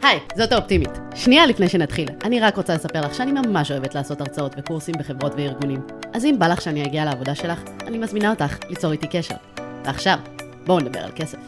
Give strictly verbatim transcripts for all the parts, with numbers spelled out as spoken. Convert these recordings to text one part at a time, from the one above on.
היי, זאת האופטימית. שנייה לפני שנתחיל, אני רק רוצה לספר לך שאני ממש אוהבת לעשות הרצאות וקורסים בחברות וארגונים. אז אם בא לך שאני אגיע לעבודה שלך, אני מזמינה אותך ליצור איתי קשר. ועכשיו, בואו נדבר על כסף.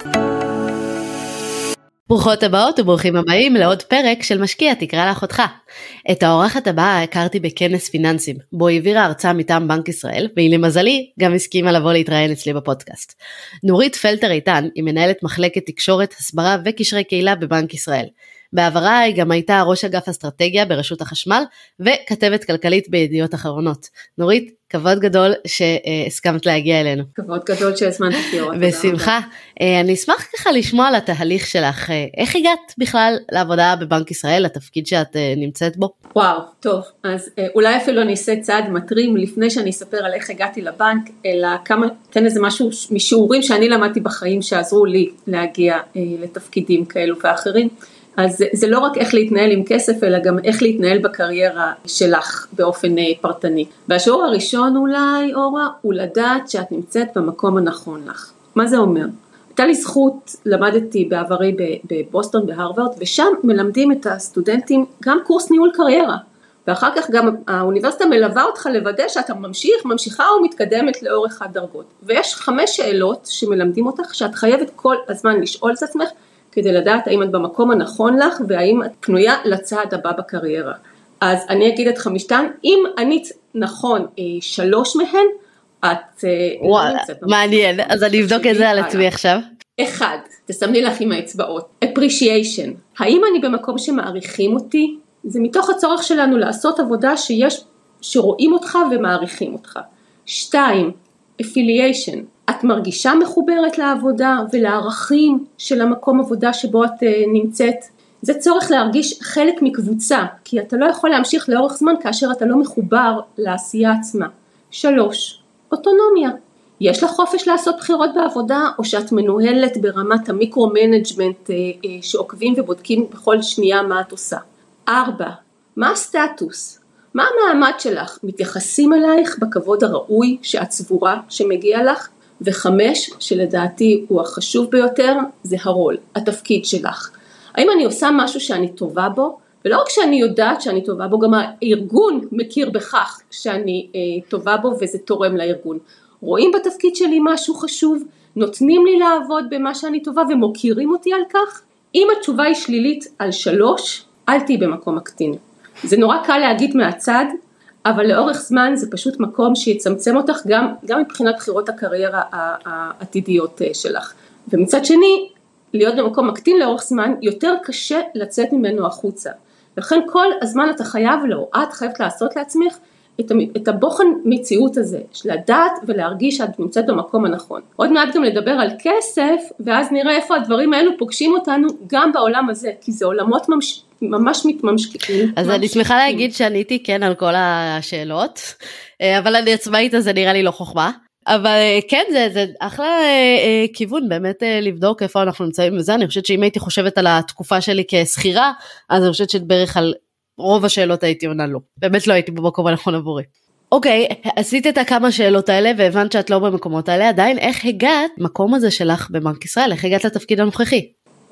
ברוכות הבאות וברוכים הבאים לעוד פרק של משקיע תקרא לאחותך. את האורחת הבאה הכרתי בכנס פיננסים, בו העבירה הרצאה מטעם בנק ישראל, והיא למזלי גם הסכימה לבוא להתראיין אצלי בפודקאסט. נורית פלטר איתן היא מנהלת מחלקת תקשורת, הסברה וקשרי קהילה בבנק ישראל. בעברה היא גם הייתה ראש אגף אסטרטגיה ברשות החשמל, וכתבת כלכלית בידיעות אחרונות. נורית, כבוד גדול שהסכמת להגיע אלינו. כבוד גדול שהזמנת אותי. בשמחה. אני אשמח ככה לשמוע על התהליך שלך. איך הגעת בכלל לעבודה בבנק ישראל, לתפקיד שאת נמצאת בו? וואו, טוב. אז אולי אפילו אני אעשה צעד מטרים לפני שאני אספר על איך הגעתי לבנק, אלא כמה, תן איזה משהו משיעורים שאני למדתי בחיים שעזרו לי להגיע לתפקידים כאלו ואחרים. אז זה לא רק איך להתנהל עם כסף, אלא גם איך להתנהל בקריירה שלך באופן פרטני. והשיעור הראשון אולי, אורה, הוא לדעת שאת נמצאת במקום הנכון לך. מה זה אומר? הייתה לי זכות, למדתי בעברי בבוסטון בהרווארד, ושם מלמדים את הסטודנטים גם קורס ניהול קריירה. ואחר כך גם האוניברסיטה מלווה אותך לוודא שאתה ממשיך, ממשיכה או מתקדמת לאורך הדרגות. ויש חמש שאלות שמלמדים אותך, שאת חייבת כל הזמן לשאול את עצמך, כדי לדעת האם את במקום הנכון לך, והאם את פנויה לצעד הבא בקריירה. אז אני אגיד את חמישתן, אם ענית נכון שלוש מהן, את... וואלה, מעניין, אז אני אבדוק את זה על עצמי עכשיו. אחד, תסמני לך עם האצבעות, appreciation, האם אני במקום שמעריכים אותי? זה מתוך הצורך שלנו לעשות עבודה שיש, שרואים אותך ומעריכים אותך. שתיים, affiliation, את מרגישה מחוברת לעבודה ולערכים של המקום עבודה שבו את נמצאת. זה צורך להרגיש חלק מקבוצה, כי אתה לא יכול להמשיך לאורך זמן כאשר אתה לא מחובר לעשייה עצמה. שלוש, אוטונומיה. יש לך חופש לעשות בחירות בעבודה, או שאת מנוהלת ברמת המיקרו-מנג'מנט שעוקבים ובודקים בכל שנייה מה את עושה. ארבע, מה הסטטוס? מה המעמד שלך? מתייחסים אלייך בכבוד הראוי שאת סבורה שמגיע לך? וחמש, שלדעתי הוא החשוב ביותר, זה הרול, התפקיד שלך. האם אני עושה משהו שאני טובה בו? ולא רק שאני יודעת שאני טובה בו, גם הארגון מכיר בכך שאני אה, טובה בו, וזה תורם לארגון. רואים בתפקיד שלי משהו חשוב, נותנים לי לעבוד במה שאני טובה, ומוקירים אותי על כך. אם התשובה היא שלילית על שלוש, אל תהי במקום מקטין. זה נורא קל להגיד מהצד, אבל לאורך זמן זה פשוט מקום שיצמצם אותך גם, גם מבחינת בחירות הקריירה העתידיות שלך. ומצד שני, להיות במקום מקטין לאורך זמן, יותר קשה לצאת ממנו החוצה. לכן כל הזמן אתה חייב לו, את חייבת לעשות לעצמך את הבוחן מציאות הזה, לדעת ולהרגיש שאת נמצאת במקום הנכון. עוד מעט גם לדבר על כסף, ואז נראה איפה הדברים האלו פוגשים אותנו גם בעולם הזה, כי זה עולמות ממש... ממש מתממשקים. אז אני שמחה להגיד שעניתי כן על כל השאלות, אבל אני עצמאית אז זה נראה לי לא חוכמה, אבל כן זה, זה אחלה כיוון באמת לבדוק איפה אנחנו נמצאים בזה. אני חושבת שאם הייתי חושבת על התקופה שלי כסחירה, אז אני חושבת שבערך על רוב השאלות הייתי עונה לא, באמת לא הייתי במקום הנכון עבורי. אוקיי, עשית את הכמה שאלות האלה והבנת שאת לא במקומות האלה, עדיין איך הגעת מקום הזה שלך בבנק ישראל, איך הגעת לתפקיד הנוכחי?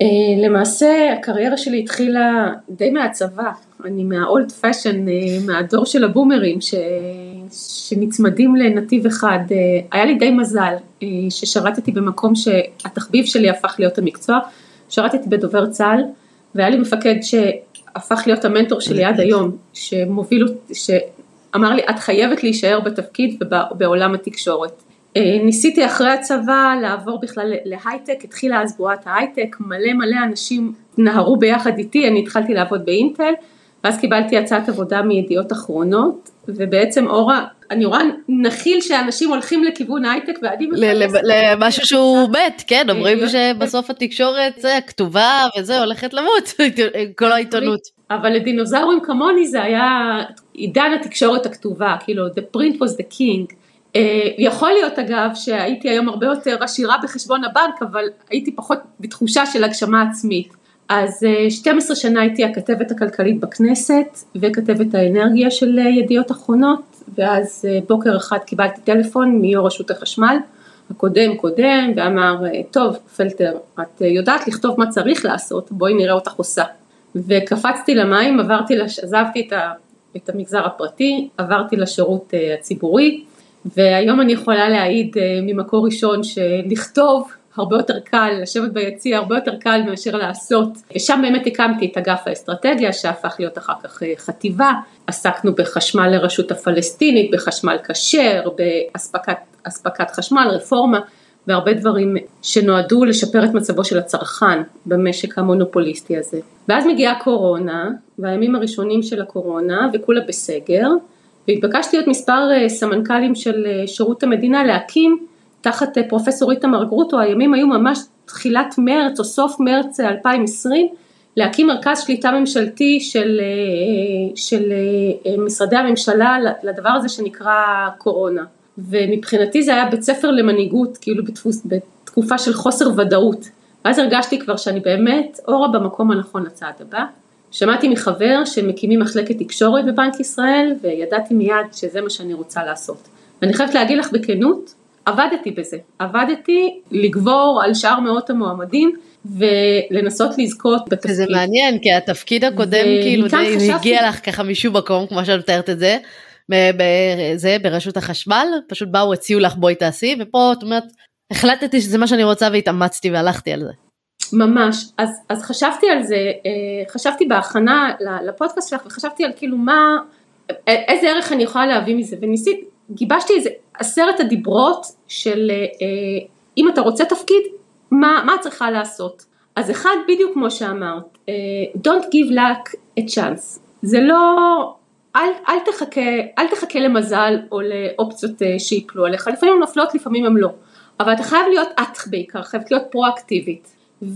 למעשה הקריירה שלי התחילה די מהצבא, אני מהאולד פשן, מהדור של הבומרים ש... שנצמדים לנתיב אחד. היה לי די מזל ששרתתי במקום שהתחביב שלי הפך להיות המקצוע, שרתתי בדובר צה"ל, והיה לי מפקד שהפך להיות המנטור שלי עד היום, שמוביל, שאמר לי את חייבת להישאר בתפקיד ובעולם התקשורת. ניסיתי אחרי הצבא לעבור בכלל להייטק, התחילה אז בועת ההייטק, מלא מלא אנשים נהרו ביחד איתי, אני התחלתי לעבוד באינטל, ואז קיבלתי הצעת עבודה מידיעות אחרונות, ובעצם אורה, אני רואה נחיל שאנשים הולכים לכיוון הייטק, ואני מפרסת. למשהו שהוא בית, כן, אומרים שבסוף התקשורת זה כתובה, וזה הולכת למות, כל העיתונות. אבל לדינוזאורים כמוני זה היה עידן התקשורת הכתובה, כאילו, the print was the king. יכול להיות אגב שהייתי היום הרבה יותר עשירה בחשבון הבנק, אבל הייתי פחות בתחושה של הגשמה עצמית. אז שתים עשרה שנה הייתי הכתבת הכלכלית בכנסת, וכתבת האנרגיה של ידיעות אחרונות, ואז בוקר אחד קיבלתי טלפון מיו"ר רשות החשמל, הקודם קודם, ואמר, טוב פלטר, את יודעת לכתוב מה צריך לעשות, בואי נראה אותך עושה. וקפצתי למים, עברתי, לש... עזבתי את, ה... את המגזר הפרטי, עברתי לשירות הציבורי, והיום אני יכולה להעיד ממקור ראשון שלכתוב הרבה יותר קל, לשבת ביציע הרבה יותר קל מאשר לעשות, ושם באמת הקמתי את אגף האסטרטגיה שהפך להיות אחר כך חטיבה, עסקנו בחשמל לרשות הפלסטינית, בחשמל כשר, באספקת חשמל, רפורמה, והרבה דברים שנועדו לשפר את מצבו של הצרכן במשק המונופוליסטי הזה. ואז מגיעה קורונה, והימים הראשונים של הקורונה, וכולה בסגר, והתבקשתי להיות מספר סמנכ"לים של שירות המדינה להקים, תחת פרופסור איתמר גרוטו, הימים היו ממש תחילת מרץ או סוף מרץ אלפיים ועשרים, להקים מרכז שליטה ממשלתי של, של משרדי הממשלה לדבר הזה שנקרא קורונה. ומבחינתי זה היה בית ספר למנהיגות, כאילו בתפוס, בתקופה של חוסר ודאות. ואז הרגשתי כבר שאני באמת אורה במקום הנכון לצעד הבא. שמעתי מחבר שמקימים מחלקת תקשורת בבנק ישראל, וידעתי מיד שזה מה שאני רוצה לעשות. ואני חייבת להגיד לך בכנות, עבדתי בזה, עבדתי לגבור על שאר מאות המועמדים, ולנסות לזכות בתפקיד. זה מעניין, כי התפקיד הקודם כאילו די חשבתי... הגיע לך ככה משום מקום, כמו שאת מתארת את זה, זה ברשות החשמל, פשוט באו, הציעו לך בואי תעשי, ופה את אומרת, החלטתי שזה מה שאני רוצה, והתאמצתי והלכתי על זה. ממש, אז, אז חשבתי על זה, חשבתי בהכנה לפודקאסט שלך, וחשבתי על כאילו מה, איזה ערך אני יכולה להביא מזה, וניסית, גיבשתי איזה עשרת הדיברות של אם אתה רוצה תפקיד, מה, מה צריכה לעשות? אז אחד בדיוק כמו שאמרת, don't give luck a chance, זה לא, אל, אל תחכה, אל תחכה למזל או לאופציות שיפלו עליך, לפעמים הן נופלות, לפעמים הן לא, אבל אתה חייב להיות את בעיקר, חייבת להיות פרואקטיבית,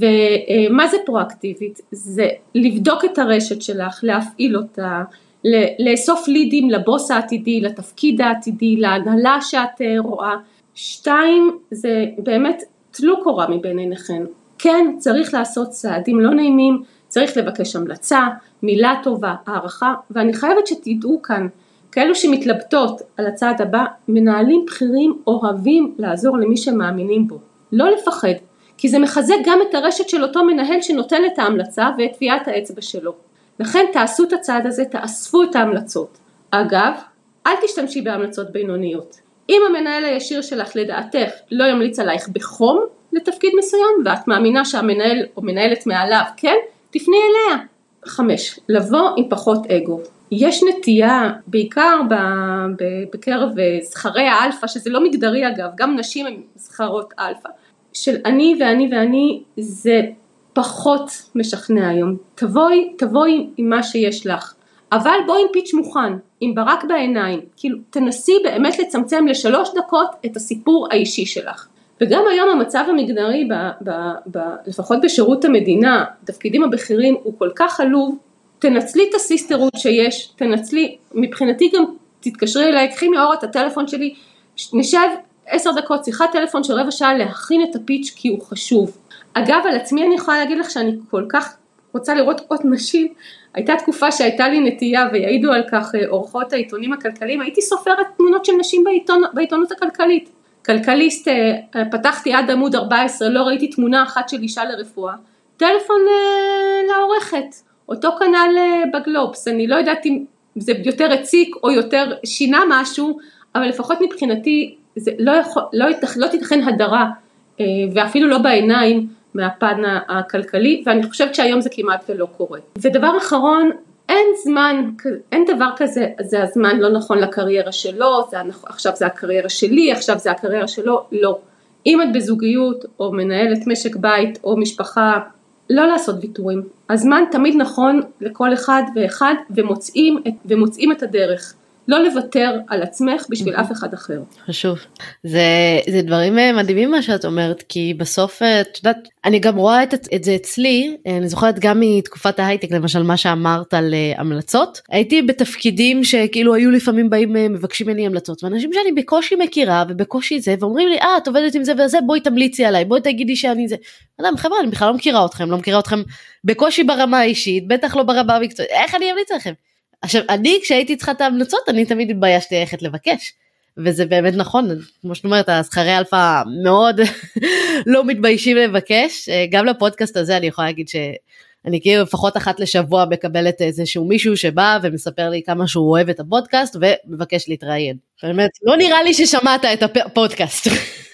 ומה זה פרואקטיבית? זה לבדוק את הרשת שלך, להפעיל אותה, לאסוף לידים לבוס העתידי, לתפקיד העתידי, להנהלה שאת רואה. שתיים, זה באמת תלו קורה מבין עיניכם. כן, צריך לעשות צעדים לא נעימים, צריך לבקש המלצה, מילה טובה, הערכה, ואני חייבת שתדעו כאן, כאלו שמתלבטות על הצעד הבא, מנהלים בכירים אוהבים לעזור למי שמאמינים בו. לא לפחד, כי זה מחזק גם את הרשת של אותו מנהל שנותן את ההמלצה ואת טביעת האצבע שלו. לכן תעשו את הצעד הזה, תאספו את ההמלצות. אגב, אל תשתמשי בהמלצות בינוניות. אם המנהל הישיר שלך לדעתך לא ימליץ עלייך בחום לתפקיד מסוים, ואת מאמינה שהמנהל או מנהלת מעליו, כן, תפני אליה. חמש, לבוא עם פחות אגו. יש נטייה, בעיקר בקרב זכרי האלפא, שזה לא מגדרי אגב, גם נשים הן זכרות אלפא, של אני ואני ואני, זה פחות משכנע היום. תבואי, תבואי עם מה שיש לך, אבל בואי עם פיץ' מוכן, עם ברק בעיניים, כאילו תנסי באמת לצמצם לשלוש דקות את הסיפור האישי שלך. וגם היום המצב המגדרי, ב, ב, ב, לפחות בשירות המדינה, תפקידים הבכירים הוא כל כך עלוב, תנצלי את הסיסטרות שיש, תנצלי, מבחינתי גם תתקשרי אליי, קחי מאור את הטלפון שלי, נשב עשר דקות, שיחת טלפון של רבע שעה להכין את הפיץ' כי הוא חשוב. אגב, על עצמי אני יכולה להגיד לך שאני כל כך רוצה לראות עוד נשים, הייתה תקופה שהייתה לי נטייה ויעידו על כך עורכות העיתונים הכלכליים, הייתי סופרת תמונות של נשים בעיתון, בעיתונות הכלכלית. כלכליסט, פתחתי עד עמוד ארבע עשרה, לא ראיתי תמונה אחת של אישה לרפואה, טלפון לעורכת, אותו כנ"ל בגלובס, אני לא יודעת אם זה יותר הציק או יותר שינה משהו, אבל לפחות מבחינתי זה לא, יכול, לא, יתכ, לא תיתכן הדרה, ואפילו לא בעיניים מהפן הכלכלי, ואני חושבת שהיום זה כמעט ולא קורה. ודבר אחרון, אין זמן, אין דבר כזה, זה הזמן לא נכון לקריירה שלו, זה, עכשיו זה הקריירה שלי, עכשיו זה הקריירה שלו, לא. אם את בזוגיות או מנהלת משק בית או משפחה, לא לעשות ויתורים. הזמן תמיד נכון לכל אחד ואחד, ומוצאים, ומוצאים את הדרך. לא לוותר על עצמך בשביל אף אחד אחר. חשוב. זה, זה דברים מדהימים מה שאת אומרת, כי בסוף, את יודעת, אני גם רואה את, את זה אצלי, אני זוכרת גם מתקופת ההייטק, למשל מה שאמרת על uh, המלצות, הייתי בתפקידים שכאילו היו לפעמים באים מבקשים ממני המלצות, ואנשים שאני בקושי מכירה ובקושי זה, ואומרים לי, אה, את עובדת עם זה וזה, בואי תמליצי עליי, בואי תגידי שאני זה. אדם, חבר'ה, אני בכלל לא מכירה אתכם, לא מכירה אתכם בקושי ברמה האישית, בטח לא ברמה המקצועית, איך אני אמליץ לכם? עכשיו, אני כשהייתי צריכה את ההמלצות, אני תמיד התביישתי ללכת לבקש, וזה באמת נכון, כמו שאת אומרת, הזכרי אלפא מאוד לא מתביישים לבקש, גם לפודקאסט הזה אני יכולה להגיד אני כאילו לפחות אחת לשבוע מקבלת איזשהו מישהו שבא ומספר לי כמה שהוא אוהב את הפודקאסט ומבקש להתראיין. באמת, לא נראה לי ששמעת את הפודקאסט.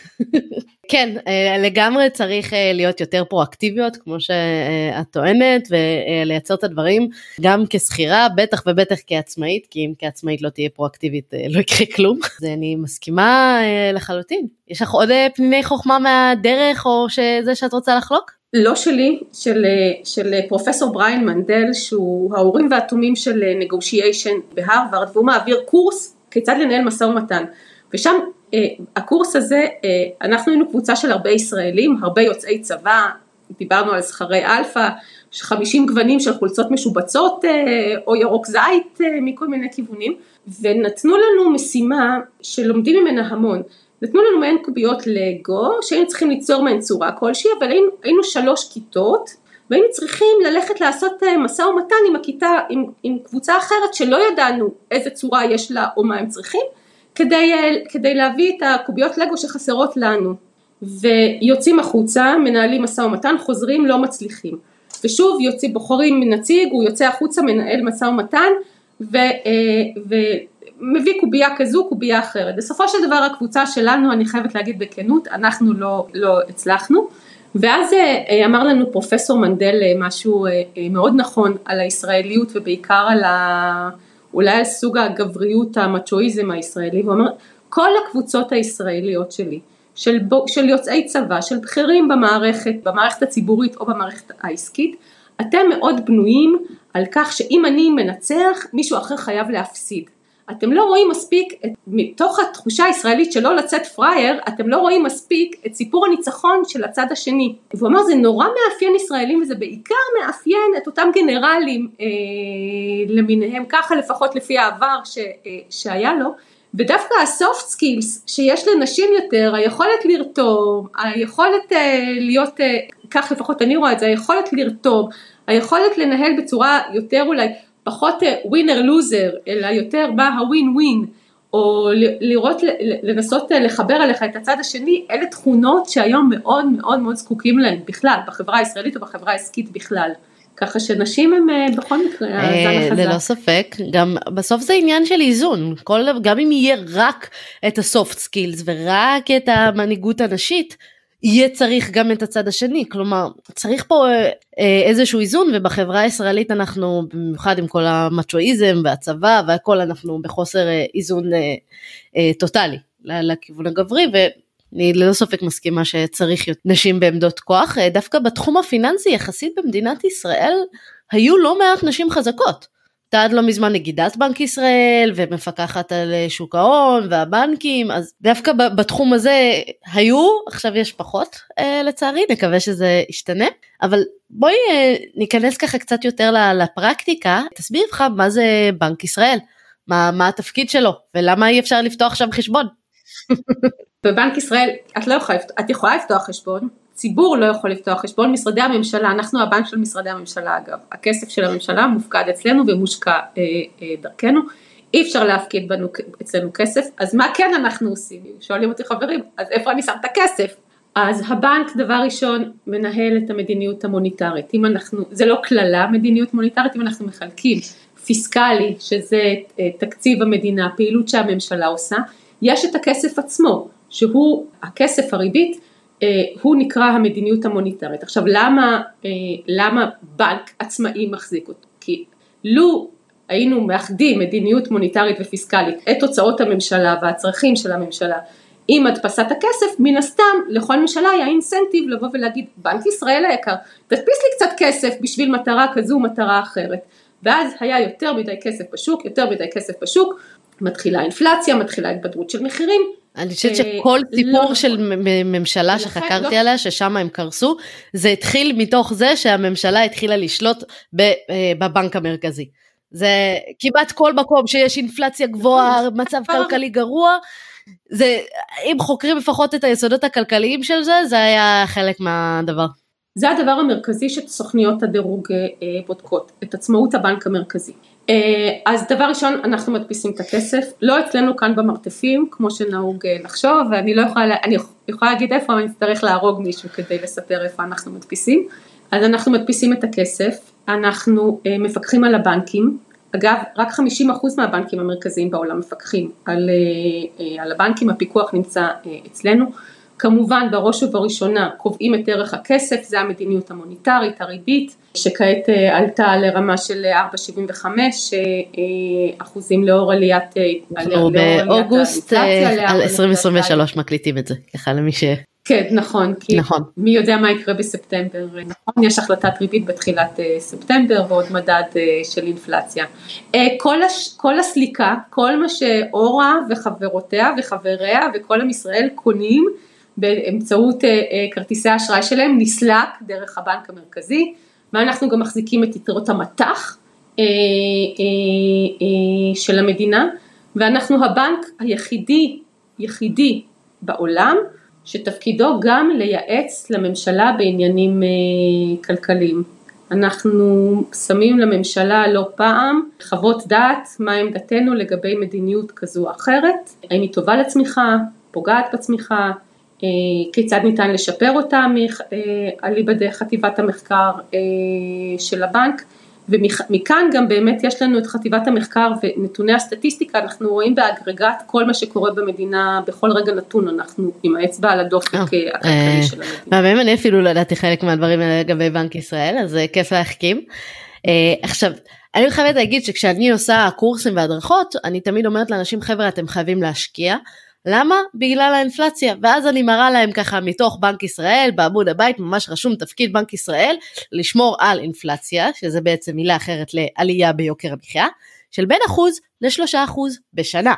כן, לגמרי צריך להיות יותר פרואקטיביות, כמו שאת טוענת, ולייצר את הדברים גם כסחירה, בטח ובטח כעצמאית, כי אם כעצמאית לא תהיה פרואקטיבית, לא יקרה כלום. אז אני מסכימה לחלוטין. יש לך עוד פניני חוכמה מהדרך, או שזה שאת רוצה לחלוק? לא שלי, של, של פרופסור בריין מנדל, שהוא ההורים והתומים של negotiation בהרווארד, והוא מעביר קורס כיצד לנהל משא ומתן. ושם הקורס הזה, אנחנו היינו קבוצה של הרבה ישראלים, הרבה יוצאי צבא, דיברנו על זכרי אלפא, חמישים גוונים של חולצות משובצות, או ירוק זית מכל מיני כיוונים, ונתנו לנו משימה שלומדים ממנה המון, נתנו לנו מהן קוביות לגו, שהיינו צריכים ליצור מהן צורה כלשהי, אבל היינו, היינו שלוש כיתות, והיינו צריכים ללכת לעשות משא ומתן עם הכיתה, עם, עם קבוצה אחרת, שלא ידענו איזה צורה יש לה או מה הם צריכים, כדי, כדי להביא את הקוביות לגו שחסרות לנו, ויוצאים החוצה, מנהלים משא ומתן, חוזרים, לא מצליחים, ושוב יוצאים, בוחרים נציג, הוא יוצא החוצה, מנהל משא ומתן, ו, ומביא קובייה כזו, קובייה אחרת. בסופו של דבר הקבוצה שלנו, אני חייבת להגיד בכנות, אנחנו לא, לא הצלחנו, ואז אמר לנו פרופסור מנדל משהו מאוד נכון על הישראליות, ובעיקר על ה... אולי על סוג הגבריות, המצ'ואיזם הישראלי, הוא אומר, כל הקבוצות הישראליות שלי, של, של יוצאי צבא, של בכירים במערכת, במערכת הציבורית או במערכת העסקית, אתם מאוד בנויים על כך שאם אני מנצח, מישהו אחר חייב להפסיד. אתם לא רואים מספיק, את, מתוך התחושה הישראלית שלא לצאת פרייר, אתם לא רואים מספיק את סיפור הניצחון של הצד השני. והוא אומר, זה נורא מאפיין ישראלים, וזה בעיקר מאפיין את אותם גנרלים אה, למיניהם, ככה לפחות לפי העבר ש, אה, שהיה לו, ודווקא הסופט סקילס שיש לנשים יותר, היכולת לרתום, היכולת אה, להיות, אה, כך לפחות אני רואה את זה, היכולת לרתום, היכולת לנהל בצורה יותר אולי, פחות ווינר לוזר, אלא יותר בא הווין ווין, או לראות, לנסות לחבר עליך את הצד השני, אלה תכונות שהיום מאוד מאוד מאוד זקוקים להן בכלל, בחברה הישראלית או בחברה העסקית בכלל. ככה שנשים הם בכל מקרה, ללא ספק, גם בסוף זה עניין של איזון, גם אם יהיה רק את הסופט סקילס, ורק את המנהיגות הנשית, יהיה צריך גם את הצד השני, כלומר, צריך פה איזשהו איזון, ובחברה הישראלית אנחנו, במיוחד עם כל המצ'ואיזם והצבא והכל, אנחנו בחוסר איזון טוטלי לכיוון הגברי, ואני ללא ספק מסכימה שצריך להיות נשים בעמדות כוח, דווקא בתחום הפיננסי יחסית במדינת ישראל, היו לא מעט נשים חזקות, עד לא מזמן נגידת בנק ישראל, ומפקחת על שוק ההון והבנקים, אז דווקא בתחום הזה היו, עכשיו יש פחות לצערי, נקווה שזה ישתנה, אבל בואי ניכנס ככה קצת יותר לפרקטיקה, תסביר לך מה זה בנק ישראל, מה, מה התפקיד שלו, ולמה אי אפשר לפתוח שם חשבון? בבנק ישראל, את לא יכולה, את יכולה לפתוח חשבון, ציבור לא יכול לפתוח חשבון, משרדי הממשלה, אנחנו הבנק של משרדי הממשלה אגב, הכסף של הממשלה מופקד אצלנו ומושקע אה, אה, דרכנו, אי אפשר להפקיד בנו, אצלנו כסף, אז מה כן אנחנו עושים? שואלים אותי חברים, אז איפה אני שם את הכסף? אז הבנק דבר ראשון מנהל את המדיניות המוניטרית, אם אנחנו, זה לא כללה מדיניות מוניטרית, אם אנחנו מחלקים פיסקלי, שזה אה, תקציב המדינה, פעילות שהממשלה עושה, יש את הכסף עצמו, שהוא הכסף הריבית, הוא נקרא המדיניות המוניטרית. עכשיו למה, למה בנק עצמאי מחזיק אותו? כי לו היינו מאחדים מדיניות מוניטרית ופיסקלית את תוצאות הממשלה והצרכים של הממשלה עם הדפסת הכסף, מן הסתם לכל ממשלה היה אינסנטיב לבוא ולהגיד בנק ישראל היקר, תדפיס לי קצת כסף בשביל מטרה כזו מטרה אחרת, ואז היה יותר מדי כסף בשוק, יותר מדי כסף בשוק, מתחילה אינפלציה, מתחילה התבדרות של מחירים. אני חושבת שכל סיפור של ממשלה שחקרתי עליה, ששם הם קרסו, זה התחיל מתוך זה שהממשלה התחילה לשלוט בבנק המרכזי. זה כמעט כל מקום שיש אינפלציה גבוהה, מצב כלכלי גרוע, זה, אם חוקרים לפחות את היסודות הכלכליים של זה, זה היה חלק מהדבר. זה הדבר המרכזי שסוכניות הדירוג בודקות, את עצמאות הבנק המרכזי. אז דבר ראשון, אנחנו מדפיסים את הכסף, לא אצלנו כאן במרתפים, כמו שנהוג לחשוב, ואני לא יכולה, אני יכולה להגיד איפה, אבל אני אצטרך להרוג מישהו כדי לספר איפה אנחנו מדפיסים. אז אנחנו מדפיסים את הכסף, אנחנו uh, מפקחים על הבנקים, אגב רק חמישים אחוז מהבנקים המרכזיים בעולם מפקחים על, uh, uh, על הבנקים, הפיקוח נמצא uh, אצלנו, כמובן בראש ובראשונה קובעים את ערך הכסף, זה המדיניות המוניטרית, הריבית, שכעת uh, עלתה לרמה של ארבע נקודה שבעים וחמש uh, אחוזים לאור עליית, או באוגוסט על עשרים עשרים ושלוש מקליטים את זה, ככה למי ש... כן, נכון, כי נכון. מי יודע מה יקרה בספטמבר, נכון, יש החלטת ריבית בתחילת uh, ספטמבר ועוד מדד uh, של אינפלציה. Uh, כל, הש, כל הסליקה, כל מה שאורה וחברותיה וחבריה וכל עם ישראל קונים באמצעות uh, uh, כרטיסי האשראי שלהם, נסלק דרך הבנק המרכזי, ואנחנו גם מחזיקים את יתרות המטח uh, uh, uh, של המדינה, ואנחנו הבנק היחידי, יחידי בעולם, שתפקידו גם לייעץ לממשלה בעניינים כלכליים. אנחנו שמים לממשלה לא פעם חוות דעת מה עמדתנו לגבי מדיניות כזו או אחרת, האם היא טובה לצמיחה, פוגעת בצמיחה, כיצד ניתן לשפר אותה על ידי חטיבת המחקר של הבנק, ומכאן גם באמת יש לנו את חטיבת המחקר ונתוני הסטטיסטיקה, אנחנו רואים באגרגט כל מה שקורה במדינה, בכל רגע נתון אנחנו עם האצבע על הדופק הכלכלי של המדינה. מהמם, אני אפילו לא ידעתי חלק מהדברים האלה לגבי בנק ישראל, אז כיף להחכים. עכשיו, אני חייבת להגיד שכשאני עושה קורסים והדרכות, אני תמיד אומרת לאנשים, חבר'ה, אתם חייבים להשקיע, למה? בגלל האינפלציה, ואז אני מראה להם ככה מתוך בנק ישראל, בעמוד הבית ממש רשום תפקיד בנק ישראל, לשמור על אינפלציה, שזה בעצם מילה אחרת לעלייה ביוקר המחיה, של בין אחוז לשלושה אחוז בשנה.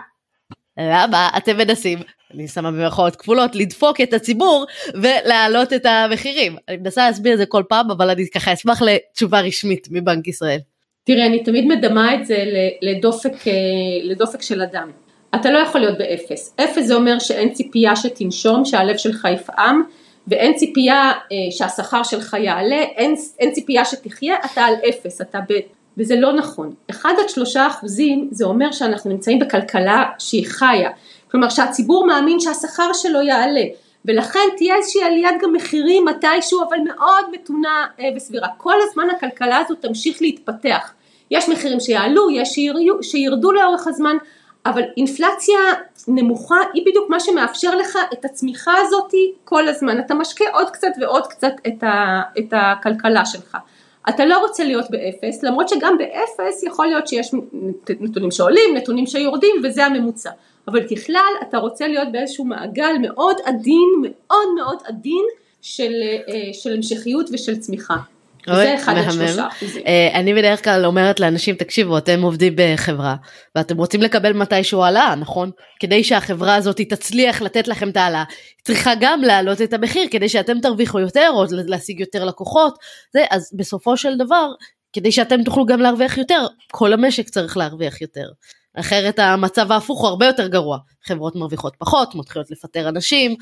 למה? אתם מנסים, אני שמה במרכאות כפולות, לדפוק את הציבור ולהעלות את המחירים. אני מנסה להסביר את זה כל פעם, אבל אני ככה אשמח לתשובה רשמית מבנק ישראל. תראה, אני תמיד מדמה את זה לדופק, לדופק של אדם. אתה לא יכול להיות באפס. אפס זה אומר שאין ציפייה שתנשום, שהלב שלך יפעם, ואין ציפייה שהשכר שלך יעלה, אין, אין ציפייה שתחיה, אתה על אפס, אתה ב... וזה לא נכון. אחד עד שלושה אחוזים זה אומר שאנחנו נמצאים בכלכלה שהיא חיה. כלומר שהציבור מאמין שהשכר שלו יעלה, ולכן תהיה איזושהי עליית גם מחירים מתישהו, אבל מאוד מתונה וסבירה. כל הזמן הכלכלה הזאת תמשיך להתפתח. יש מחירים שיעלו, יש שירדו, שירדו לאורך הזמן, אבל אינפלציה נמוכה היא בדיוק מה שמאפשר לך את הצמיחה הזאת כל הזמן, אתה משקה עוד קצת ועוד קצת את, ה, את הכלכלה שלך, אתה לא רוצה להיות באפס, למרות שגם באפס יכול להיות שיש נתונים שעולים, נתונים שיורדים וזה הממוצע, אבל ככלל אתה רוצה להיות באיזשהו מעגל מאוד עדין, מאוד מאוד עדין של, של המשכיות ושל צמיחה. זה אחד עד שלושה אחוזים. אני בדרך כלל אומרת לאנשים, תקשיבו, אתם עובדים בחברה, ואתם רוצים לקבל מתישהו העלאה, נכון? כדי שהחברה הזאת תצליח לתת לכם את העלאה, צריכה גם להעלות את המחיר, כדי שאתם תרוויחו יותר, או להשיג יותר לקוחות, זה, אז בסופו של דבר, כדי שאתם תוכלו גם להרוויח יותר, כל המשק צריך להרוויח יותר. אחרת המצב ההפוך הוא הרבה יותר גרוע, חברות מרוויחות פחות, מתחילות לפטר אנשים,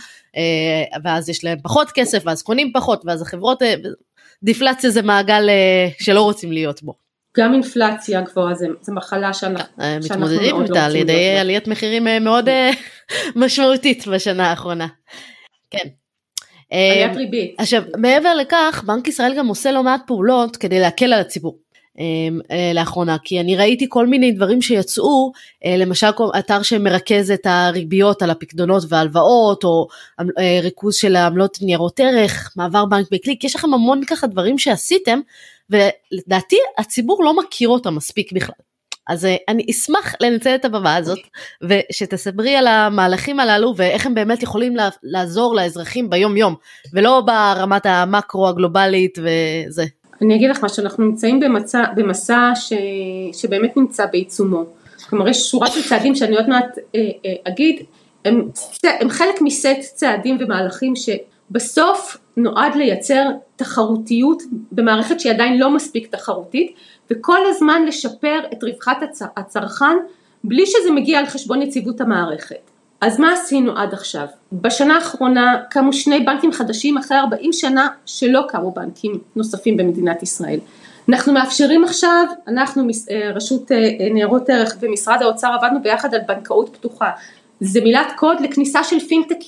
ואז יש להם פחות כסף, ואז קונים פחות, ואז החברות... דיפלציה זה מעגל שלא רוצים להיות בו. גם אינפלציה גבוהה, זה מחלה שאנחנו מתמודדים איתה על ידי עליית מחירים מאוד משמעותית בשנה האחרונה. כן. עליית ריבית. עכשיו, מעבר לכך, בנק ישראל גם עושה לא מעט פעולות כדי להקל על הציבור. לאחרונה, כי אני ראיתי כל מיני דברים שיצאו, למשל אתר שמרכז את הריביות על הפקדונות והלוואות, או ריכוז של העמלות ניירות ערך, מעבר בנק בקליק, יש לכם המון ככה דברים שעשיתם, ולדעתי הציבור לא מכיר אותם מספיק בכלל. אז אני אשמח לנצל את הבמה הזאת, ושתסברי על המהלכים הללו, ואיך הם באמת יכולים לעזור לאזרחים ביום יום, ולא ברמת המקרו הגלובלית וזה. אני אגיד לך מה, שאנחנו נמצאים במצע, במסע ש, שבאמת נמצא בעיצומו. כלומר, יש שורה של צעדים שאני עוד מעט אה, אה, אגיד, הם, הם חלק מסט צעדים ומהלכים שבסוף נועד לייצר תחרותיות במערכת שהיא עדיין לא מספיק תחרותית, וכל הזמן לשפר את רווחת הצ, הצרכן, בלי שזה מגיע על חשבון יציבות המערכת. אז מה עשינו עד עכשיו? בשנה האחרונה קמו שני בנקים חדשים אחרי ארבעים שנה שלא קמו בנקים נוספים במדינת ישראל. אנחנו מאפשרים עכשיו, אנחנו רשות ניירות ערך ומשרד האוצר עבדנו ביחד על בנקאות פתוחה. זה מילת קוד לכניסה של פינטקים.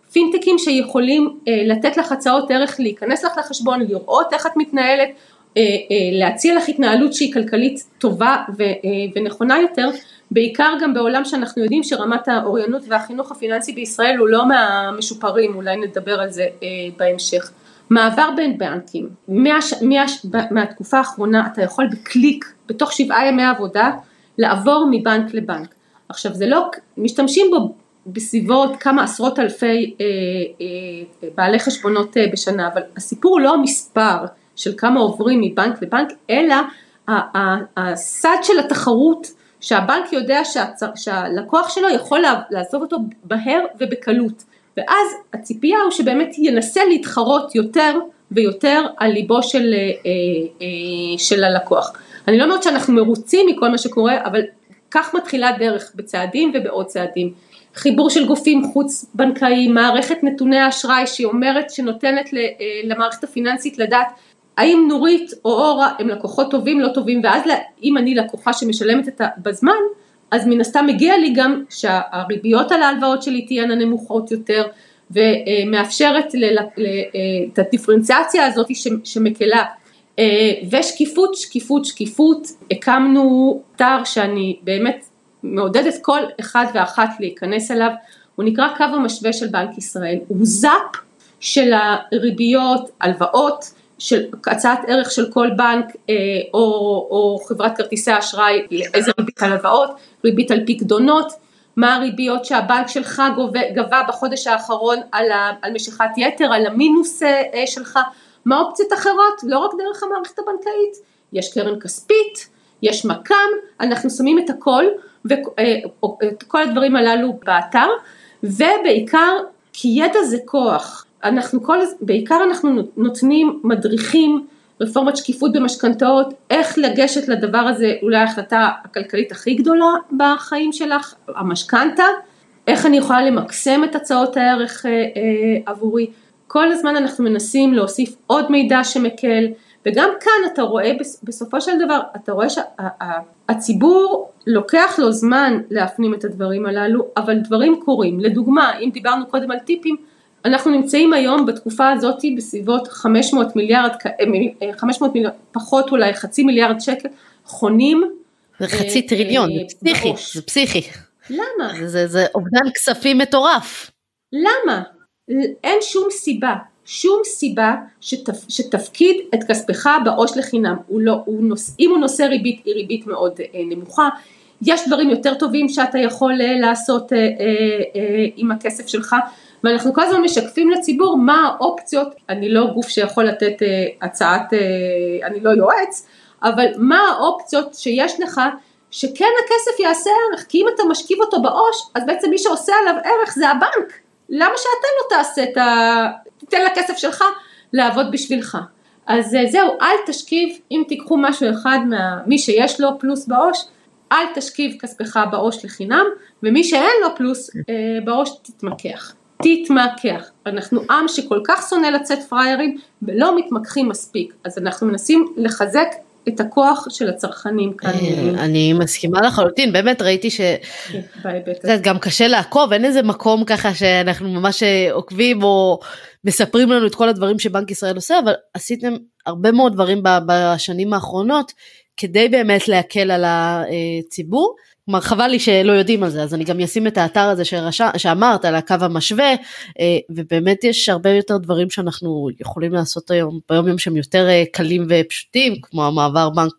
פינטקים שיכולים לתת לך הצעות ערך, להיכנס לך לחשבון, לראות איך את מתנהלת, להציע לך התנהלות שהיא כלכלית טובה ונכונה יותר, בעיקר גם בעולם שאנחנו יודעים שרמת האוריינות והחינוך הפיננסי בישראל הוא לא מהמשופרים, אולי נדבר על זה בהמשך. מעבר בין בנקים, מהש, מהש, מהתקופה האחרונה אתה יכול בקליק, בתוך שבעה ימי עבודה, לעבור מבנק לבנק. עכשיו זה לא, משתמשים בו בסביבות כמה עשרות אלפי אה, אה, בעלי חשבונות אה, בשנה, אבל הסיפור הוא לא המספר של כמה עוברים מבנק לבנק, אלא הסד של התחרות, שהבנק יודע שהצ... שהלקוח שלו יכול לעזוב אותו בהר ובקלות, ואז הציפייה הוא שבאמת ינסה להתחרות יותר ויותר על ליבו של, אה, אה, של הלקוח. אני לא אומרת שאנחנו מרוצים מכל מה שקורה, אבל כך מתחילה דרך בצעדים ובעוד צעדים. חיבור של גופים חוץ בנקאיים, מערכת נתוני האשראי שהיא אומרת שנותנת למערכת הפיננסית לדעת האם נורית או אורה הם לקוחות טובים לא טובים, ואז אם אני לקוחה שמשלמת את בזמן, אז מן הסתם מגיע לי גם שהריביות על ההלוואות שלי תהיינה נמוכות יותר, ומאפשרת את הדיפרנציאציה הזאת שמקלה. ושקיפות, שקיפות, שקיפות, הקמנו אתר שאני באמת מעודדת כל אחד ואחת להיכנס אליו, הוא נקרא קו המשווה של בנק ישראל, הוא זאפ של הריביות, הלוואות, של הצעת ערך של כל בנק או, או חברת כרטיסי אשראי, איזה ריבית על הלוואות, ריבית על פקדונות, מה הריביות שהבנק שלך גובה, גבה בחודש האחרון על, ה, על משיכת יתר, על המינוס שלך, מה אופציות אחרות, לא רק דרך המערכת הבנקאית, יש קרן כספית, יש מקם, אנחנו שמים את הכל, ואת כל הדברים הללו באתר, ובעיקר, כי ידע זה כוח, אנחנו כל, בעיקר אנחנו נותנים מדריכים, רפורמת שקיפות במשכנתאות, איך לגשת לדבר הזה, אולי ההחלטה הכלכלית הכי גדולה בחיים שלך, המשכנתה, איך אני יכולה למקסם את הצעות הערך אה, אה, עבורי, כל הזמן אנחנו מנסים להוסיף עוד מידע שמקל, וגם כאן אתה רואה בסופו של דבר, אתה רואה שהציבור לוקח לו זמן להפנים את הדברים הללו, אבל דברים קורים, לדוגמה, אם דיברנו קודם על טיפים, אנחנו נמצאים היום בתקופה הזאת בסביבות חמש מאות מיליארד, חמש מאות מיליארד, פחות אולי חצי מיליארד שקל, חונים. זה חצי טריליון, זה פסיכי, זה פסיכי. למה? זה, זה אובדן כספים מטורף. למה? אין שום סיבה, שום סיבה שתפ, שתפקיד את כספך בעו"ש לחינם, הוא לא, הוא נוס, אם הוא נושא ריבית, היא ריבית מאוד אה, נמוכה, יש דברים יותר טובים שאתה יכול אה, לעשות אה, אה, אה, עם הכסף שלך, ואנחנו כל הזמן משקפים לציבור מה האופציות, אני לא גוף שיכול לתת אה, הצעת, אה, אני לא יועץ, אבל מה האופציות שיש לך, שכן הכסף יעשה ערך, כי אם אתה משקיב אותו בעו"ש, אז בעצם מי שעושה עליו ערך זה הבנק, למה שאתה לא תעשה את ה... תיתן לכסף שלך לעבוד בשבילך. אז זהו, אל תשכיב, אם תיקחו משהו אחד ממי שיש לו פלוס בעו"ש, אל תשכיב כספך בעו"ש לחינם, ומי שאין לו פלוס בעו"ש תתמקח. תתמקח. אנחנו עם שכל כך שונא לצאת פריירים, ולא מתמקחים מספיק. אז אנחנו מנסים לחזק את הכוח של הצרכנים כאן. אני מסכימה לחלוטין, באמת ראיתי שזה גם קשה לעקוב, אין איזה מקום ככה שאנחנו ממש עוקבים או מספרים לנו את כל הדברים שבנק ישראל עושה, אבל עשיתם הרבה מאוד דברים בשנים האחרונות, כדי באמת להקל על הציבור, כלומר חבל לי שלא יודעים על זה, אז אני גם אשים את האתר הזה שאמרת, על הקו המשווה, ובאמת יש הרבה יותר דברים שאנחנו יכולים לעשות היום, ביום יום שהם יותר קלים ופשוטים, כמו המעבר בנק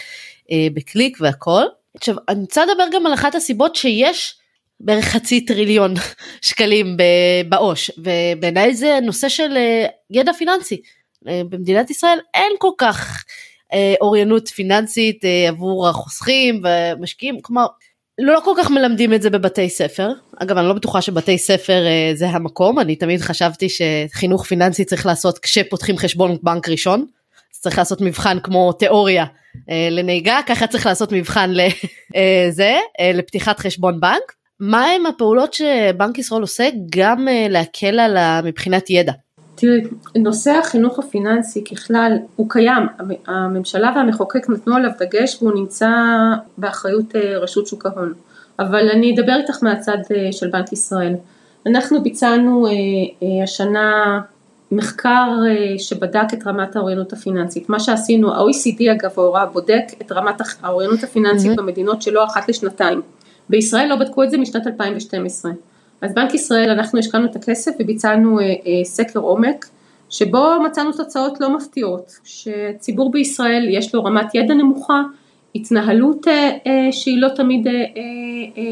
בקליק והכל. עכשיו, אני רוצה לדבר גם על אחת הסיבות שיש בערך חצי טריליון שקלים בעו"ש, ובעיניי זה נושא של ידע פיננסי. במדינת ישראל אין כל כך אוריינות פיננסית עבור החוסכים ומשקיעים, כלומר, לא כל כך מלמדים את זה בבתי ספר, אגב אני לא בטוחה שבתי ספר זה המקום, אני תמיד חשבתי שחינוך פיננסי צריך לעשות כשפותחים חשבון בנק ראשון, צריך לעשות מבחן כמו תיאוריה לנהיגה, ככה צריך לעשות מבחן לזה, לפתיחת חשבון בנק. מה הם הפעולות שבנק ישראל עושה גם להקל על מבחינת ידע? תראי, נושא החינוך הפיננסי ככלל הוא קיים, הממשלה והמחוקק נתנו עליו דגש והוא נמצא באחריות רשות שוק ההון, אבל אני אדבר איתך מהצד של בנק ישראל. אנחנו ביצענו אה, אה, השנה מחקר אה, שבדק את רמת האוריינות הפיננסית. מה שעשינו, ה-או אי סי די אגב ההוראה בודק את רמת האוריינות הפיננסית mm-hmm. במדינות שלא אחת לשנתיים. בישראל לא בדקו את זה משנת אלפיים ושתים עשרה. אז בנק ישראל, אנחנו השקענו את הכסף וביצענו אה, אה, סקר עומק, שבו מצאנו תוצאות לא מפתיעות, שציבור בישראל יש לו רמת ידע נמוכה, התנהלות אה, אה, שהיא לא תמיד אה, אה,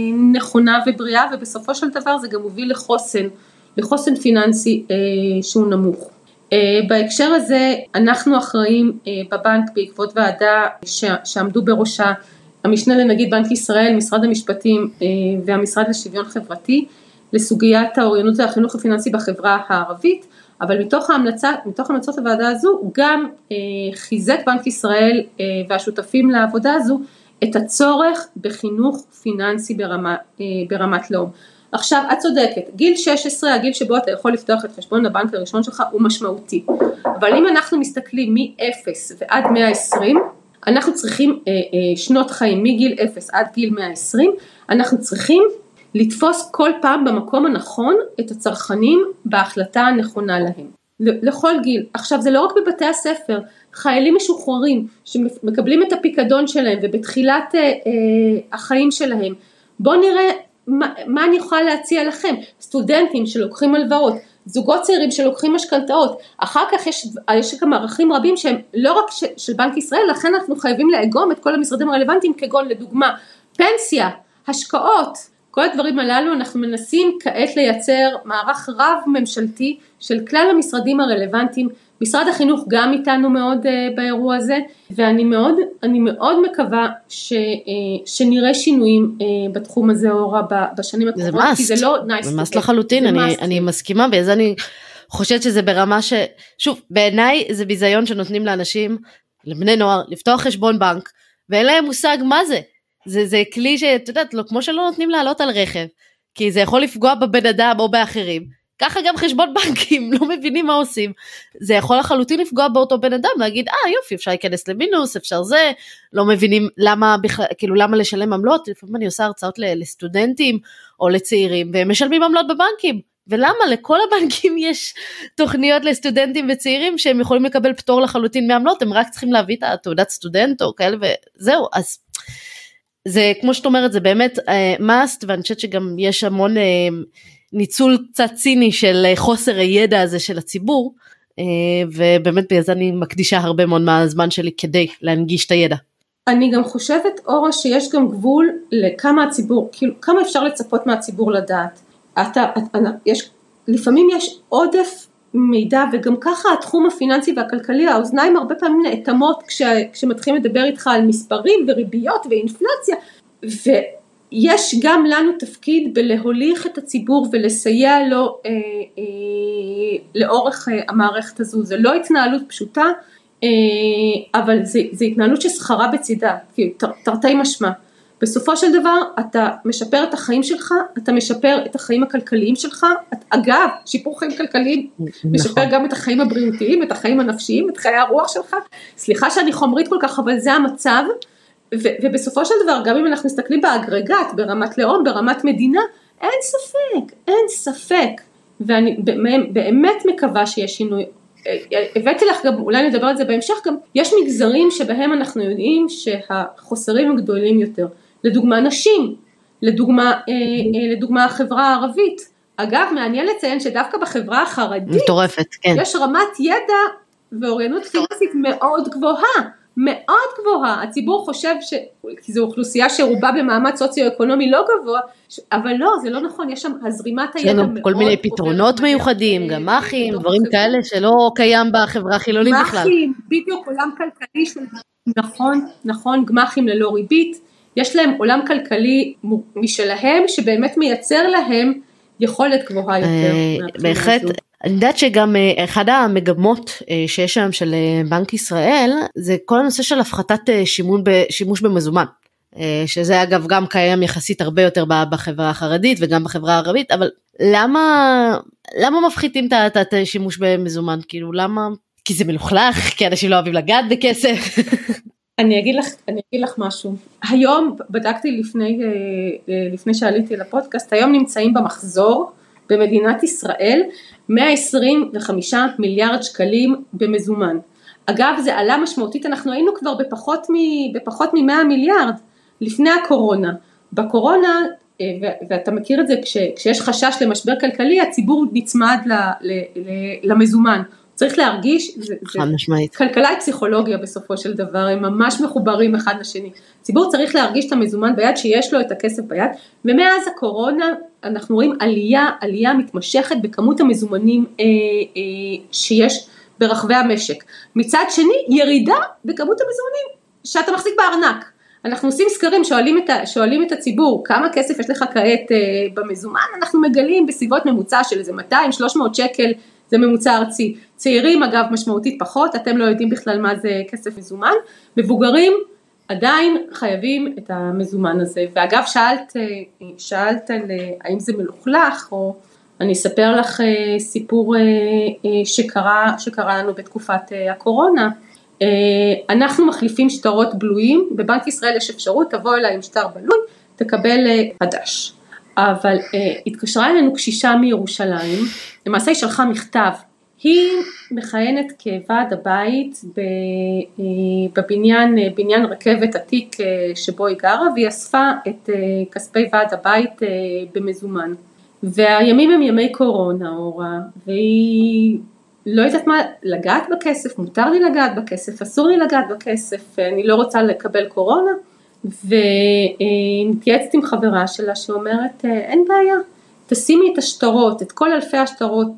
נכונה ובריאה, ובסופו של דבר זה גם מוביל לחוסן, לחוסן פיננסי אה, שהוא נמוך. אה, בהקשר הזה אנחנו אחראים אה, בבנק בעקבות ועדה ש, שעמדו בראשה, המשנה לנגיד בנק ישראל, משרד המשפטים אה, והמשרד לשוויון חברתי, לסוגיית האוריינות והחינוך הפיננסי בחברה הערבית, אבל מתוך ההמלצה, מתוך המלצות הוועדה הזו, גם אה, חיזק בנק ישראל אה, והשותפים לעבודה הזו, את הצורך בחינוך פיננסי ברמה, אה, ברמת לאום. עכשיו, את צודקת, גיל שש עשרה, הגיל שבו אתה יכול לפתוח את חשבון הבנק הראשון שלך, הוא משמעותי. אבל אם אנחנו מסתכלים מ-אפס ועד מאה ועשרים, אנחנו צריכים אה, אה, שנות חיים, מגיל אפס עד גיל מאה ועשרים, אנחנו צריכים לתפוס כל פעם במקום הנכון את הצרכנים בהחלטה הנכונה להם, לכל גיל. עכשיו זה לא רק בבתי הספר, חיילים משוחררים שמקבלים את הפיקדון שלהם ובתחילת אה, אה, החיים שלהם, בואו נראה מה, מה אני יכולה להציע לכם, סטודנטים שלוקחים הלוואות, זוגות צעירים שלוקחים משכנתאות, אחר כך יש, יש גם מערכים רבים שהם לא רק ש, של בנק ישראל, לכן אנחנו חייבים לאגום את כל המשרדים הרלוונטיים, כגון לדוגמה פנסיה, השקעות, כל הדברים הללו. אנחנו מנסים כעת לייצר מערך רב ממשלתי של כלל המשרדים הרלוונטיים, משרד החינוך גם איתנו מאוד uh, באירוע הזה, ואני מאוד, אני מאוד מקווה ש, uh, שנראה שינויים uh, בתחום הזה אורה בשנים הקרובות, כי זה לא nice. זה מס לחלוטין, אני, אני מסכימה, ואז אני חושבת שזה ברמה ש, שוב, בעיניי זה ביזיון שנותנים לאנשים, לבני נוער, לפתוח חשבון בנק, ואין להם מושג מה זה. זה, זה כלי שאת יודעת, לא, כמו שלא נותנים לעלות על רכב, כי זה יכול לפגוע בבן אדם או באחרים, ככה גם חשבון בנקים, לא מבינים מה עושים, זה יכול לחלוטין לפגוע באותו בן אדם, להגיד, אה יופי, אפשר להיכנס למינוס, אפשר זה, לא מבינים למה, כאילו למה לשלם עמלות, לפעמים אני עושה הרצאות לסטודנטים, או לצעירים, והם משלמים עמלות בבנקים, ולמה? לכל הבנקים יש תוכניות לסטודנטים וצעירים, שהם יכולים לקבל פטור לחלוטין מעמלות, הם רק צריכים להביא את התעודת סטודנט, או כאלה, וזהו, אז זה, כמו שאת אומרת, זה באמת מאסט, ואני חושבת שגם יש המון ניצול קצת ציני של חוסר הידע הזה של הציבור, ובאמת בגלל זה אני מקדישה הרבה מאוד מהזמן שלי כדי להנגיש את הידע. אני גם חושבת, אורה, שיש גם גבול לכמה הציבור, כאילו כמה אפשר לצפות מהציבור לדעת. אתה, יש, לפעמים יש עודף מידע, וגם ככה התחום הפיננסי והכלכלי, האוזניים הרבה פעמים נאטמות כש, כשמתחילים לדבר איתך על מספרים וריביות ואינפלציה, ויש גם לנו תפקיד בלהוליך את הציבור ולסייע לו אה, אה, לאורך אה, המערכת הזו. זה לא התנהלות פשוטה, אה, אבל זה, זה התנהלות ששכרה בצידה, כי תר, תרתי משמע. בסופו של דבר אתה משפר את החיים שלך, אתה משפר את החיים הכלכליים שלך, את, אגב, שיפור חיים כלכליים, נכון. משפר גם את החיים הבריאותיים, את החיים הנפשיים, את חיי הרוח שלך, סליחה שאני חומרית כל כך, אבל זה המצב, ו, ובסופו של דבר, גם אם אנחנו מסתכלים באגרגט, ברמת לאום, ברמת מדינה, אין ספק, אין ספק, ואני באמת מקווה שיש שינוי, הבאתי לך גם, אולי נדבר על זה בהמשך גם, יש מגזרים שבהם אנחנו יודעים שהחוסרים הם גדולים יותר, לדוגמה נשים, לדוגמה, אה, אה, לדוגמה החברה הערבית. אגב, מעניין לציין שדווקא בחברה החרדית, מטורפת, כן. יש רמת ידע ואוריינות פיננסית מאוד גבוהה, מאוד גבוהה. הציבור חושב ש... כי זו אוכלוסייה שרובה במעמד סוציו-אקונומי לא גבוה, אבל לא, זה לא נכון, יש שם הזרימת הידע מאוד. כל מיני פתרונות מיוחדים, גם מחים, דברים כאלה שלא קיים בחברה החילונית בכלל. מחים, בדיוק עולם כלכלי של... נכון, נכון, גמחים ללא ריבית. יש להם עולם כלכלי משלהם, שבאמת מייצר להם יכולת גבוהה יותר. בהחלט, אני יודעת שגם אחד המגמות שיש שם של בנק ישראל, זה כל הנושא של הפחתת שימוש במזומן, שזה אגב גם קיים יחסית הרבה יותר בחברה החרדית וגם בחברה הערבית, אבל למה, למה מפחיתים את השימוש במזומן? כאילו למה? כי זה מלוכלך, כי אנשים לא אוהבים לגעת בכסף. אני אגיד לך, אני אגיד לך משהו. היום בדקתי לפני, לפני שעליתי לפודקאסט, היום נמצאים במחזור במדינת ישראל מאה עשרים וחמישה מיליארד שקלים במזומן. אגב, זה עלה משמעותית, אנחנו היינו כבר בפחות, מ, בפחות מ-מאה מיליארד לפני הקורונה. בקורונה, ואתה מכיר את זה, כש, כשיש חשש למשבר כלכלי, הציבור נצמד ל, ל, ל, למזומן. צריך להרגיש, זה, זה, כלכלה היא פסיכולוגיה בסופו של דבר, הם ממש מחוברים אחד לשני. הציבור צריך להרגיש את המזומן ביד, שיש לו את הכסף ביד, ומאז הקורונה אנחנו רואים עלייה, עלייה מתמשכת בכמות המזומנים אה, אה, שיש ברחבי המשק. מצד שני, ירידה בכמות המזומנים שאתה מחזיק בארנק. אנחנו עושים סקרים, שואלים את, ה, שואלים את הציבור, כמה כסף יש לך כעת אה, במזומן, אנחנו מגלים בסביבות ממוצע של איזה מאתיים שלוש מאות שקל, זה ממוצע ארצי. צעירים אגב משמעותית פחות, אתם לא יודעים בכלל מה זה כסף מזומן, מבוגרים עדיין חייבים את המזומן הזה, ואגב שאלת, שאלת על האם זה מלוכלך, או אני אספר לך סיפור שקרה, שקרה לנו בתקופת הקורונה, אנחנו מחליפים שטרות בלויים, בבנק ישראל יש אפשרות, תבוא אליי עם שטר בלוי, תקבל חדש. אבל התקשרה אלינו קשישה מירושלים, למעשה היא שלחה מכתב, היא מכהנת כוועד הבית בבניין, בניין רכבת עתיק שבו היא גרה, והיא אספה את כספי ועד הבית במזומן. והימים הם ימי קורונה, אורה, והיא לא יודעת מה, לגעת בכסף, מותר לי לגעת בכסף, אסור לי לגעת בכסף, אני לא רוצה לקבל קורונה, ומתייעצת עם חברה שלה שאומרת, אין בעיה, תשימי את השטרות, את כל אלפי השטרות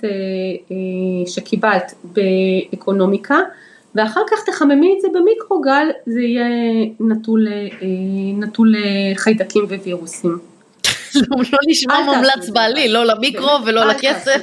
שקיבלת באקונומיקה, ואחר כך תחממי את זה במיקרוגל, זה יהיה נטול, נטול חיידקים ווירוסים. לא נשמע מומלץ בעלי, לא למיקרו ולא לכסף.